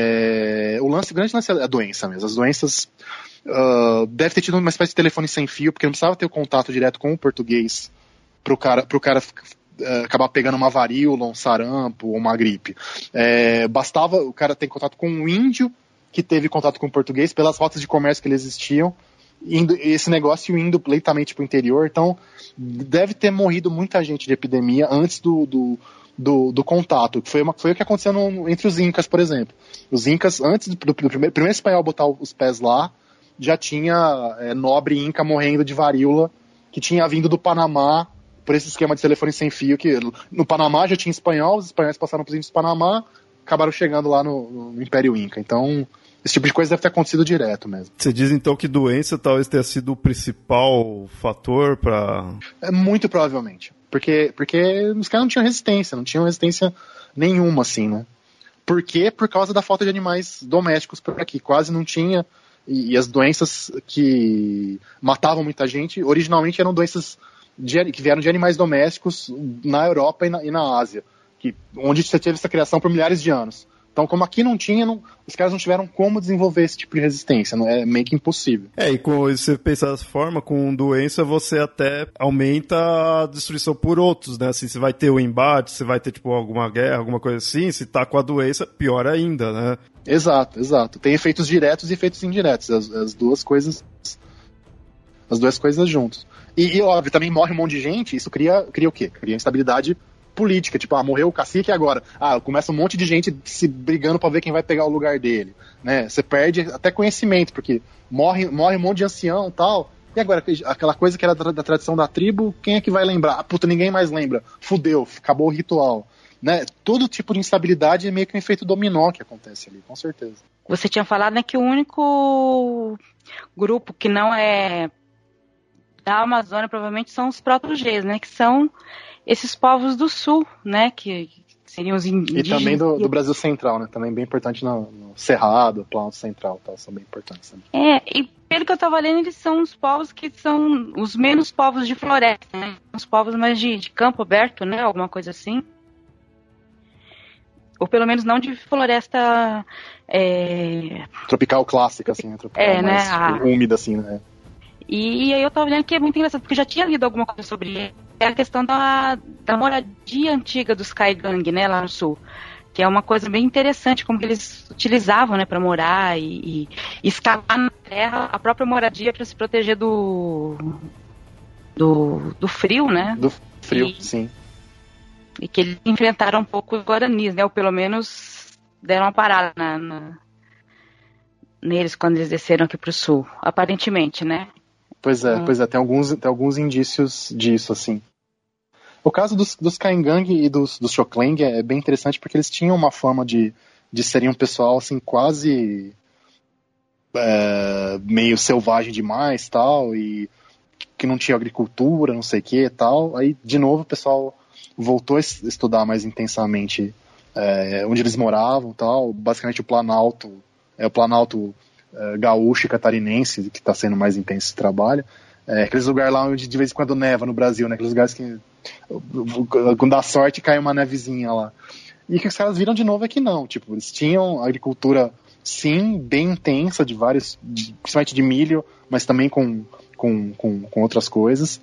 é... o lance, o grande lance é a doença mesmo. As doenças uh, deve ter tido uma espécie de telefone sem fio, porque não precisava ter o contato direto com o português pro cara, pro cara uh, acabar pegando uma varíola, um sarampo ou uma gripe. É, bastava o cara ter contato com um índio que teve contato com o português pelas rotas de comércio que eles existiam. Indo, esse negócio indo lentamente para o interior, então deve ter morrido muita gente de epidemia antes do, do, do, do contato, que foi, uma, foi o que aconteceu no, entre os incas, por exemplo. Os incas, antes do, do primeiro, primeiro espanhol botar os pés lá, já tinha é, nobre inca morrendo de varíola, que tinha vindo do Panamá, por esse esquema de telefone sem fio, que no Panamá já tinha espanhol, os espanhóis passaram para os índios do Panamá, acabaram chegando lá no, no Império Inca. Então... esse tipo de coisa deve ter acontecido direto mesmo. Você diz então que doença talvez tenha sido o principal fator para... É, muito provavelmente. Porque, porque os caras não tinham resistência, não tinham resistência nenhuma, assim, né? Por quê? Por causa da falta de animais domésticos por aqui. Quase não tinha. E, e as doenças que matavam muita gente, originalmente eram doenças de, que vieram de animais domésticos na Europa e na, e na Ásia, que, onde você teve essa criação por milhares de anos. Então, como aqui não tinha, não, os caras não tiveram como desenvolver esse tipo de resistência, não é meio que impossível. É, e com, se você pensar dessa forma, com doença você até aumenta a destruição por outros, né? Assim, você vai ter o embate, você vai ter, tipo, alguma guerra, alguma coisa assim, se tá com a doença, pior ainda, né? Exato, exato. Tem efeitos diretos e efeitos indiretos, as, as duas coisas as duas coisas juntas. E, e, óbvio, também morre um monte de gente, isso cria, cria o quê? Cria instabilidade política, tipo, ah, morreu o cacique e agora? Ah, começa um monte de gente se brigando pra ver quem vai pegar o lugar dele, né? Você perde até conhecimento, porque morre, morre um monte de ancião e tal, e agora, aquela coisa que era da, da tradição da tribo, quem é que vai lembrar? Ah, puta, ninguém mais lembra. Fudeu, acabou o ritual. Né? Todo tipo de instabilidade é meio que um efeito dominó que acontece ali, com certeza. Você tinha falado, né, que o único grupo que não é da Amazônia provavelmente são os proto-Gs, né, que são esses povos do sul, né, que seriam os indígenas. E também do, do Brasil Central, né, também bem importante no, no Cerrado, Planalto Central, tá, são bem importantes. Né? É, e pelo que eu estava lendo, eles são os povos que são os menos povos de floresta, né, os povos mais de, de campo aberto, né, alguma coisa assim. Ou pelo menos não de floresta... É... tropical clássica, assim, tropical é, mais né, a... úmida, assim, né. E aí eu tava olhando que é muito engraçado, porque eu já tinha lido alguma coisa sobre é a questão da, da moradia antiga dos Kaigang, né, lá no sul. Que é uma coisa bem interessante, como que eles utilizavam, né, para morar e, e escalar na terra a própria moradia para se proteger do, do, do frio, né? Do frio, e, sim. E que eles enfrentaram um pouco os guaranis, né? Ou pelo menos deram uma parada na, na, neles quando eles desceram aqui para o sul, aparentemente, né? Pois é, hum. pois é, tem alguns, tem alguns indícios disso, assim. O caso dos, dos Kaigang e dos, dos Xokleng é bem interessante porque eles tinham uma fama de, de serem um pessoal assim, quase é, meio selvagem demais, tal, e que não tinha agricultura, não sei o que e tal. Aí, de novo, o pessoal voltou a estudar mais intensamente é, onde eles moravam, tal. Basicamente o Planalto, é o Planalto é, gaúcho e catarinense que está sendo mais intenso esse trabalho. É, aqueles lugares lá onde de vez em quando neva no Brasil, né? Aqueles lugares que, quando dá sorte, cai uma nevezinha lá. E o que os caras viram de novo é que não. Tipo, eles tinham agricultura, sim, bem intensa, de vários, de, principalmente de milho, mas também com, com, com, com outras coisas.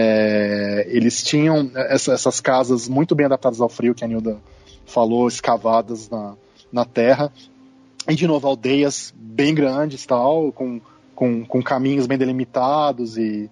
É, eles tinham essa, essas casas muito bem adaptadas ao frio, que a Nilda falou, escavadas na, na terra. E, de novo, aldeias bem grandes, tal, com... Com, com caminhos bem delimitados e,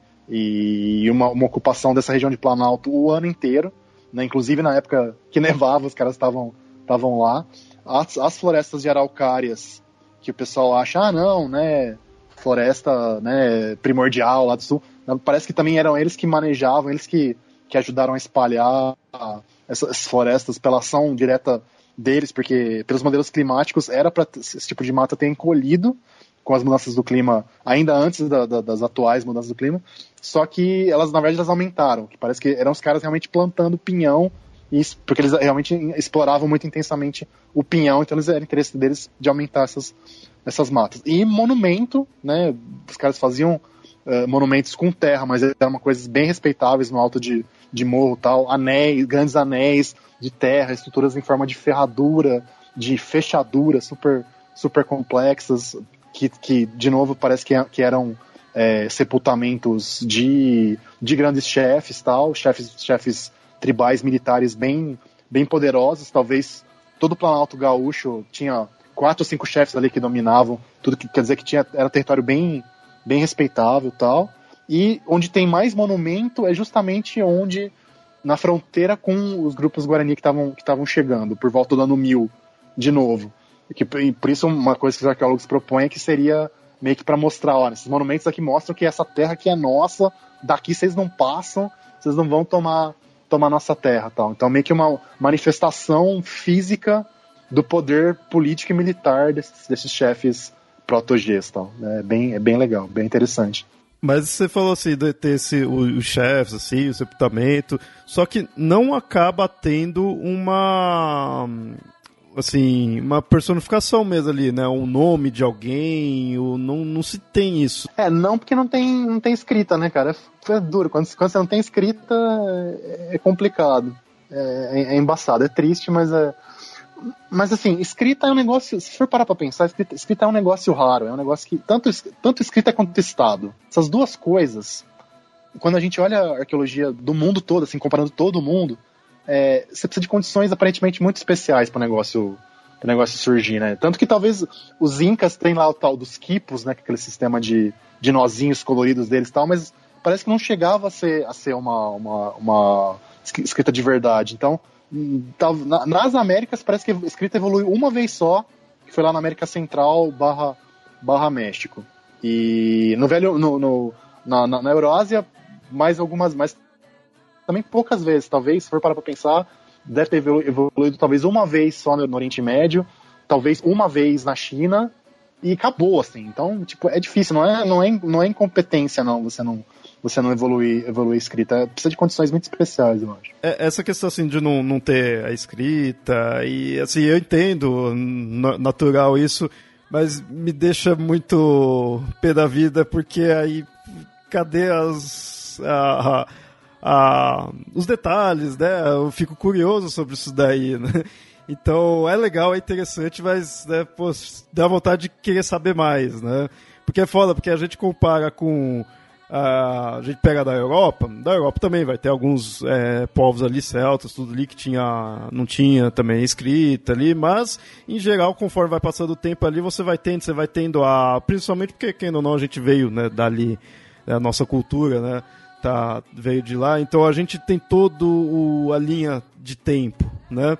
e uma, uma ocupação dessa região de Planalto o ano inteiro, né? Inclusive na época que nevava, os caras estavam estavam lá. As, as florestas de araucárias, que o pessoal acha, ah não, né, floresta, né, primordial lá do sul, parece que também eram eles que manejavam, eles que, que ajudaram a espalhar essas florestas pela ação direta deles, porque pelos modelos climáticos era para esse tipo de mata ter encolhido com as mudanças do clima, ainda antes da, da, das atuais mudanças do clima, só que elas, na verdade, elas aumentaram, que parece que eram os caras realmente plantando pinhão, e, porque eles realmente exploravam muito intensamente o pinhão, então eles, era interesse deles de aumentar essas, essas matas. E monumento, né, os caras faziam uh, monumentos com terra, mas eram uma coisas bem respeitáveis no alto de, de morro e tal, anéis, grandes anéis de terra, estruturas em forma de ferradura, de fechadura super, super complexas, Que, que, de novo, parece que, que eram é, sepultamentos de, de grandes chefes, tal, chefes, chefes tribais militares bem, bem poderosos. Talvez todo o Planalto Gaúcho tinha quatro ou cinco chefes ali que dominavam, tudo que quer dizer que tinha, era território bem, bem respeitável, tal. E onde tem mais monumento é justamente onde, na fronteira com os grupos Guarani que estavam que estavam chegando, por volta do ano mil, de novo. Que, por isso uma coisa que os arqueólogos propõem é que seria meio que para mostrar, olha, esses monumentos aqui mostram que essa terra aqui é nossa, daqui vocês não passam, vocês não vão tomar, tomar nossa terra, tal. Então meio que uma manifestação física do poder político e militar desses, desses chefes proto-Gês, tal. É bem, é bem legal, bem interessante. Mas você falou assim, de ter esse, os chefes, assim, o sepultamento, só que não acaba tendo uma... assim, uma personificação mesmo ali, né? Um nome de alguém, ou não, não se tem isso. É, não porque não tem, não tem escrita, né, cara? É, é duro. Quando, quando você não tem escrita, é, é complicado. É, é embaçado, é triste, mas é... Mas assim, escrita é um negócio, se for parar pra pensar, escrita, escrita é um negócio raro, é um negócio que, tanto, tanto escrita quanto estado. Essas duas coisas, quando a gente olha a arqueologia do mundo todo, assim, comparando todo mundo, É, você precisa de condições aparentemente muito especiais para o negócio, pro negócio surgir, né? Tanto que talvez os incas têm lá o tal dos quipos, né? Aquele sistema de, de nozinhos coloridos deles e tal, mas parece que não chegava a ser, a ser uma, uma, uma escrita de verdade. Então, na, nas Américas parece que a escrita evoluiu uma vez só, que foi lá na América Central barra, barra México. E no velho, no, no, na, na, na Eurásia, mais algumas, mais também poucas vezes, talvez, se for parar pra pensar, deve ter evoluído talvez uma vez só no, no Oriente Médio, talvez uma vez na China, e acabou, assim. Então, tipo, é difícil, não é, não é, não é incompetência, não, você não, você não evoluir, evoluir a escrita. Precisa de condições muito especiais, eu acho. É, essa questão, assim, de não, não ter a escrita, e, assim, eu entendo, natural isso, mas me deixa muito pé da vida, porque aí, cadê as... A, a, a, os detalhes, né? Eu fico curioso sobre isso daí, né? Então, é legal, é interessante, mas, né, pô, dá vontade de querer saber mais, né? Porque é foda, porque a gente compara com a gente pega da Europa, da Europa também vai ter alguns é, povos ali, celtas, tudo ali que tinha, não tinha também escrita ali, mas em geral, conforme vai passando o tempo ali, você vai tendo, você vai tendo a, principalmente porque, quem ou não, a gente veio, né, dali, a nossa cultura, né, tá, veio de lá, então a gente tem todo o, a linha de tempo, né,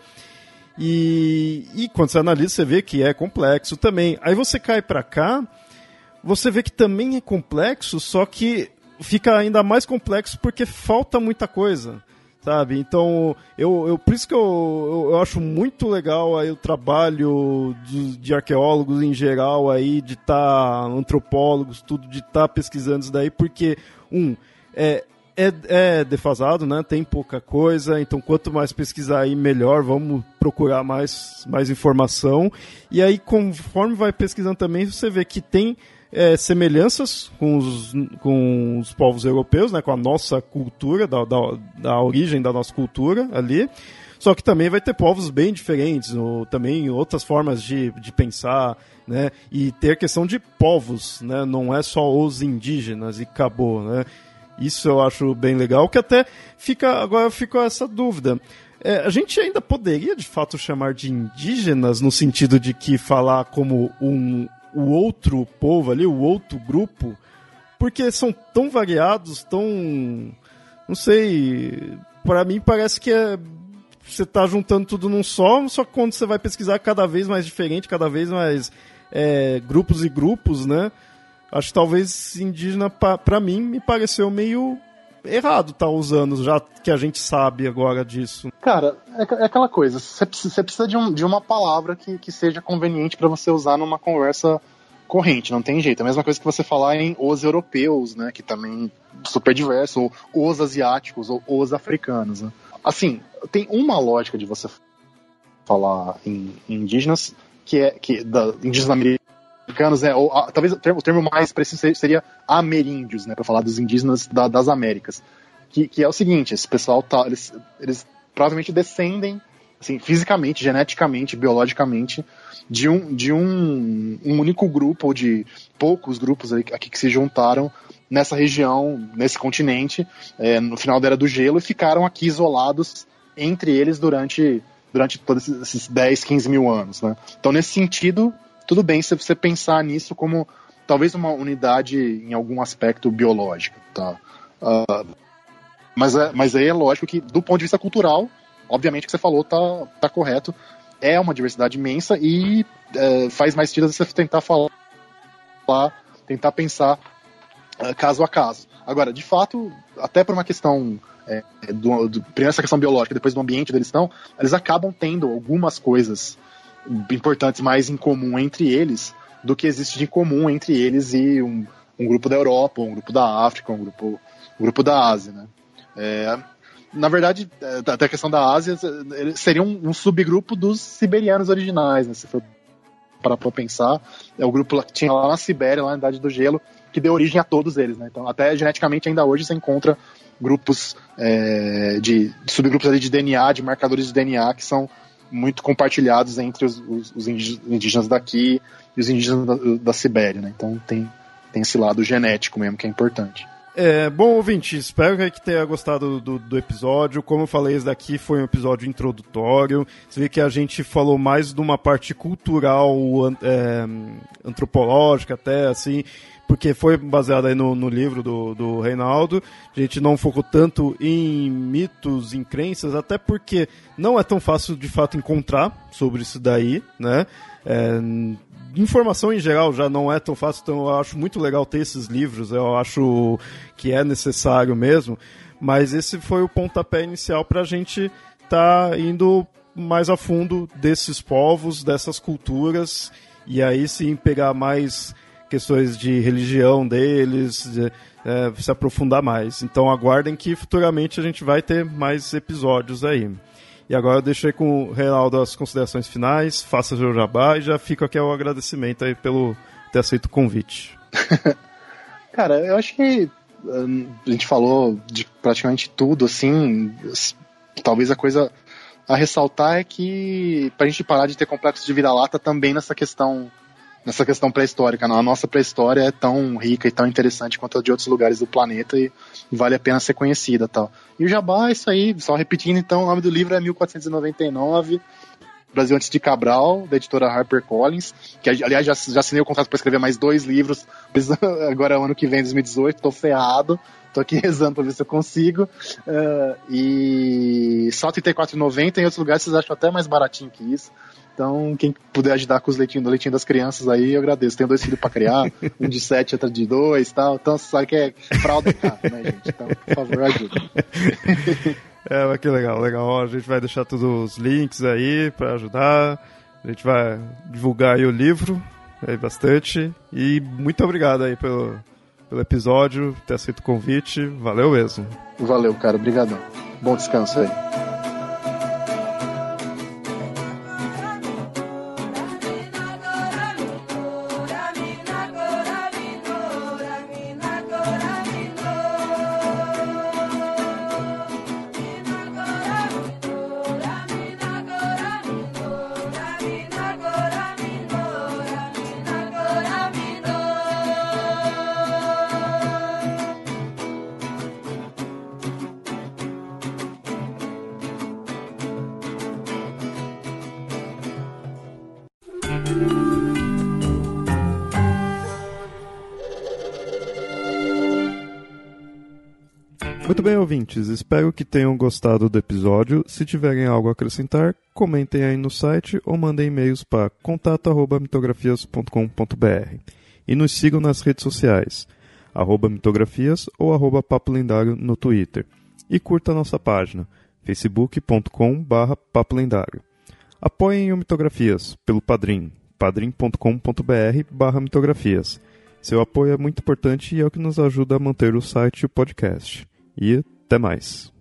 e, e quando você analisa, você vê que é complexo também. Aí você cai pra cá, você vê que também é complexo, só que fica ainda mais complexo porque falta muita coisa, sabe? Então, eu, eu, por isso que eu, eu, eu acho muito legal aí o trabalho de, de arqueólogos em geral, aí, de estar, tá, antropólogos, tudo, de estar tá pesquisando isso daí, porque, um, é, é, é defasado, né? Tem pouca coisa, então quanto mais pesquisar aí, melhor, vamos procurar mais, mais informação. E aí, conforme vai pesquisando também, você vê que tem É, semelhanças com os, com os povos europeus, né, com a nossa cultura, da, da, da origem da nossa cultura ali, só que também vai ter povos bem diferentes, ou também outras formas de, de pensar, né, e ter a questão de povos, né, não é só os indígenas e acabou, né, isso eu acho bem legal, que até fica, agora ficou essa dúvida. É, a gente ainda poderia de fato chamar de indígenas no sentido de que falar como um o outro povo ali, o outro grupo, porque são tão variados, tão, não sei, para mim parece que é, você tá juntando tudo num só, só que quando você vai pesquisar cada vez mais diferente, cada vez mais é, grupos e grupos, né, acho que talvez indígena, para mim, me pareceu meio errado tá usando, já que a gente sabe agora disso. Cara, é, é aquela coisa, você precisa, precisa de, um, de uma palavra que, que seja conveniente para você usar numa conversa corrente, não tem jeito. É a mesma coisa que você falar em os europeus, né, que também é super diverso, ou os asiáticos, ou os africanos, né. Assim, tem uma lógica de você falar em, em indígenas, que é, que, da, indígenas americanos, né, ou, a, talvez o termo, o termo mais preciso seria ameríndios, né, para falar dos indígenas da, das Américas, que, que é o seguinte, esse pessoal tá, eles, eles provavelmente descendem, assim, fisicamente, geneticamente, biologicamente, de um, de um, um único grupo, ou de poucos grupos aí, aqui que se juntaram nessa região, nesse continente, é, no final da Era do Gelo, e ficaram aqui isolados entre eles durante, durante todos esses dez, quinze mil anos, né? Então, nesse sentido, tudo bem se você pensar nisso como talvez uma unidade em algum aspecto biológico, tá? Uh, mas, é, mas aí é lógico que, do ponto de vista cultural, obviamente o que você falou tá, tá correto, é uma diversidade imensa e é, faz mais sentido você tentar falar, tentar pensar é, caso a caso. Agora, de fato, até por uma questão, é, do, do, primeiro essa questão biológica, depois do ambiente onde eles estão, eles acabam tendo algumas coisas importantes mais em comum entre eles do que existe de comum entre eles e um, um grupo da Europa, um grupo da África, um grupo, um grupo da Ásia, né? É, na verdade, até a questão da Ásia seria um, um subgrupo dos siberianos originais, né? Se for para pensar, é o grupo que tinha lá na Sibéria, lá na Idade do Gelo, que deu origem a todos eles, né? Então, até geneticamente, ainda hoje, você encontra grupos é, de, de subgrupos ali de D N A, de marcadores de D N A, que são muito compartilhados entre os, os, os indígenas daqui e os indígenas da, da Sibéria, né? Então, tem, tem esse lado genético mesmo, que é importante. É, bom, ouvinte, espero que tenha gostado do, do episódio. Como eu falei, esse daqui foi um episódio introdutório. Você vê que a gente falou mais de uma parte cultural, é, antropológica até, assim, porque foi baseado aí no, no livro do, do Reinaldo. A gente não focou tanto em mitos, em crenças, até porque não é tão fácil, de fato, encontrar sobre isso daí, né? É, informação em geral já não é tão fácil, então eu acho muito legal ter esses livros, eu acho que é necessário mesmo, mas esse foi o pontapé inicial para a gente estar tá indo mais a fundo desses povos, dessas culturas, e aí sim pegar mais questões de religião deles, de, é, se aprofundar mais. Então aguardem que futuramente a gente vai ter mais episódios aí. E agora eu deixei com o Reinaldo as considerações finais, faça o jabá e já fico aqui o agradecimento aí pelo ter aceito o convite. Cara, eu acho que um, a gente falou de praticamente tudo, assim, talvez a coisa a ressaltar é que pra gente parar de ter complexo de vira-lata também nessa questão nessa questão pré-histórica. A nossa pré-história é tão rica e tão interessante quanto a de outros lugares do planeta e vale a pena ser conhecida, tal. E o Jabá é isso aí, só repetindo então, o nome do livro é mil quatrocentos e noventa e nove, Brasil Antes de Cabral, da editora HarperCollins, que aliás já, já assinei o contrato para escrever mais dois livros, agora é o ano que vem, dois mil e dezoito, tô ferrado, tô aqui rezando para ver se eu consigo, uh, e só trinta e quatro reais e noventa centavos, em outros lugares vocês acham até mais baratinho que isso. Então, quem puder ajudar com os leitinhos, do leitinho das crianças aí, eu agradeço. Tenho dois filhos pra criar, um de sete, outro de dois e tal. Então, você sabe que é fralda caro, né, gente? Então, por favor, ajuda. É, mas que legal, legal. A gente vai deixar todos os links aí pra ajudar. A gente vai divulgar aí o livro, aí bastante. E muito obrigado aí pelo, pelo episódio, ter aceito o convite. Valeu mesmo. Valeu, cara. Obrigadão. Bom descanso aí. Muito bem, ouvintes, espero que tenham gostado do episódio. Se tiverem algo a acrescentar, comentem aí no site ou mandem e-mails para contato arroba mitografias ponto com ponto b r. E nos sigam nas redes sociais, arroba mitografias ou arroba papo lendário no Twitter. E curta a nossa página, facebook ponto com barra papo lendário. Apoiem o Mitografias pelo Padrim, padrim ponto com ponto b r barra mitografias. Seu apoio é muito importante e é o que nos ajuda a manter o site e o podcast. E até mais.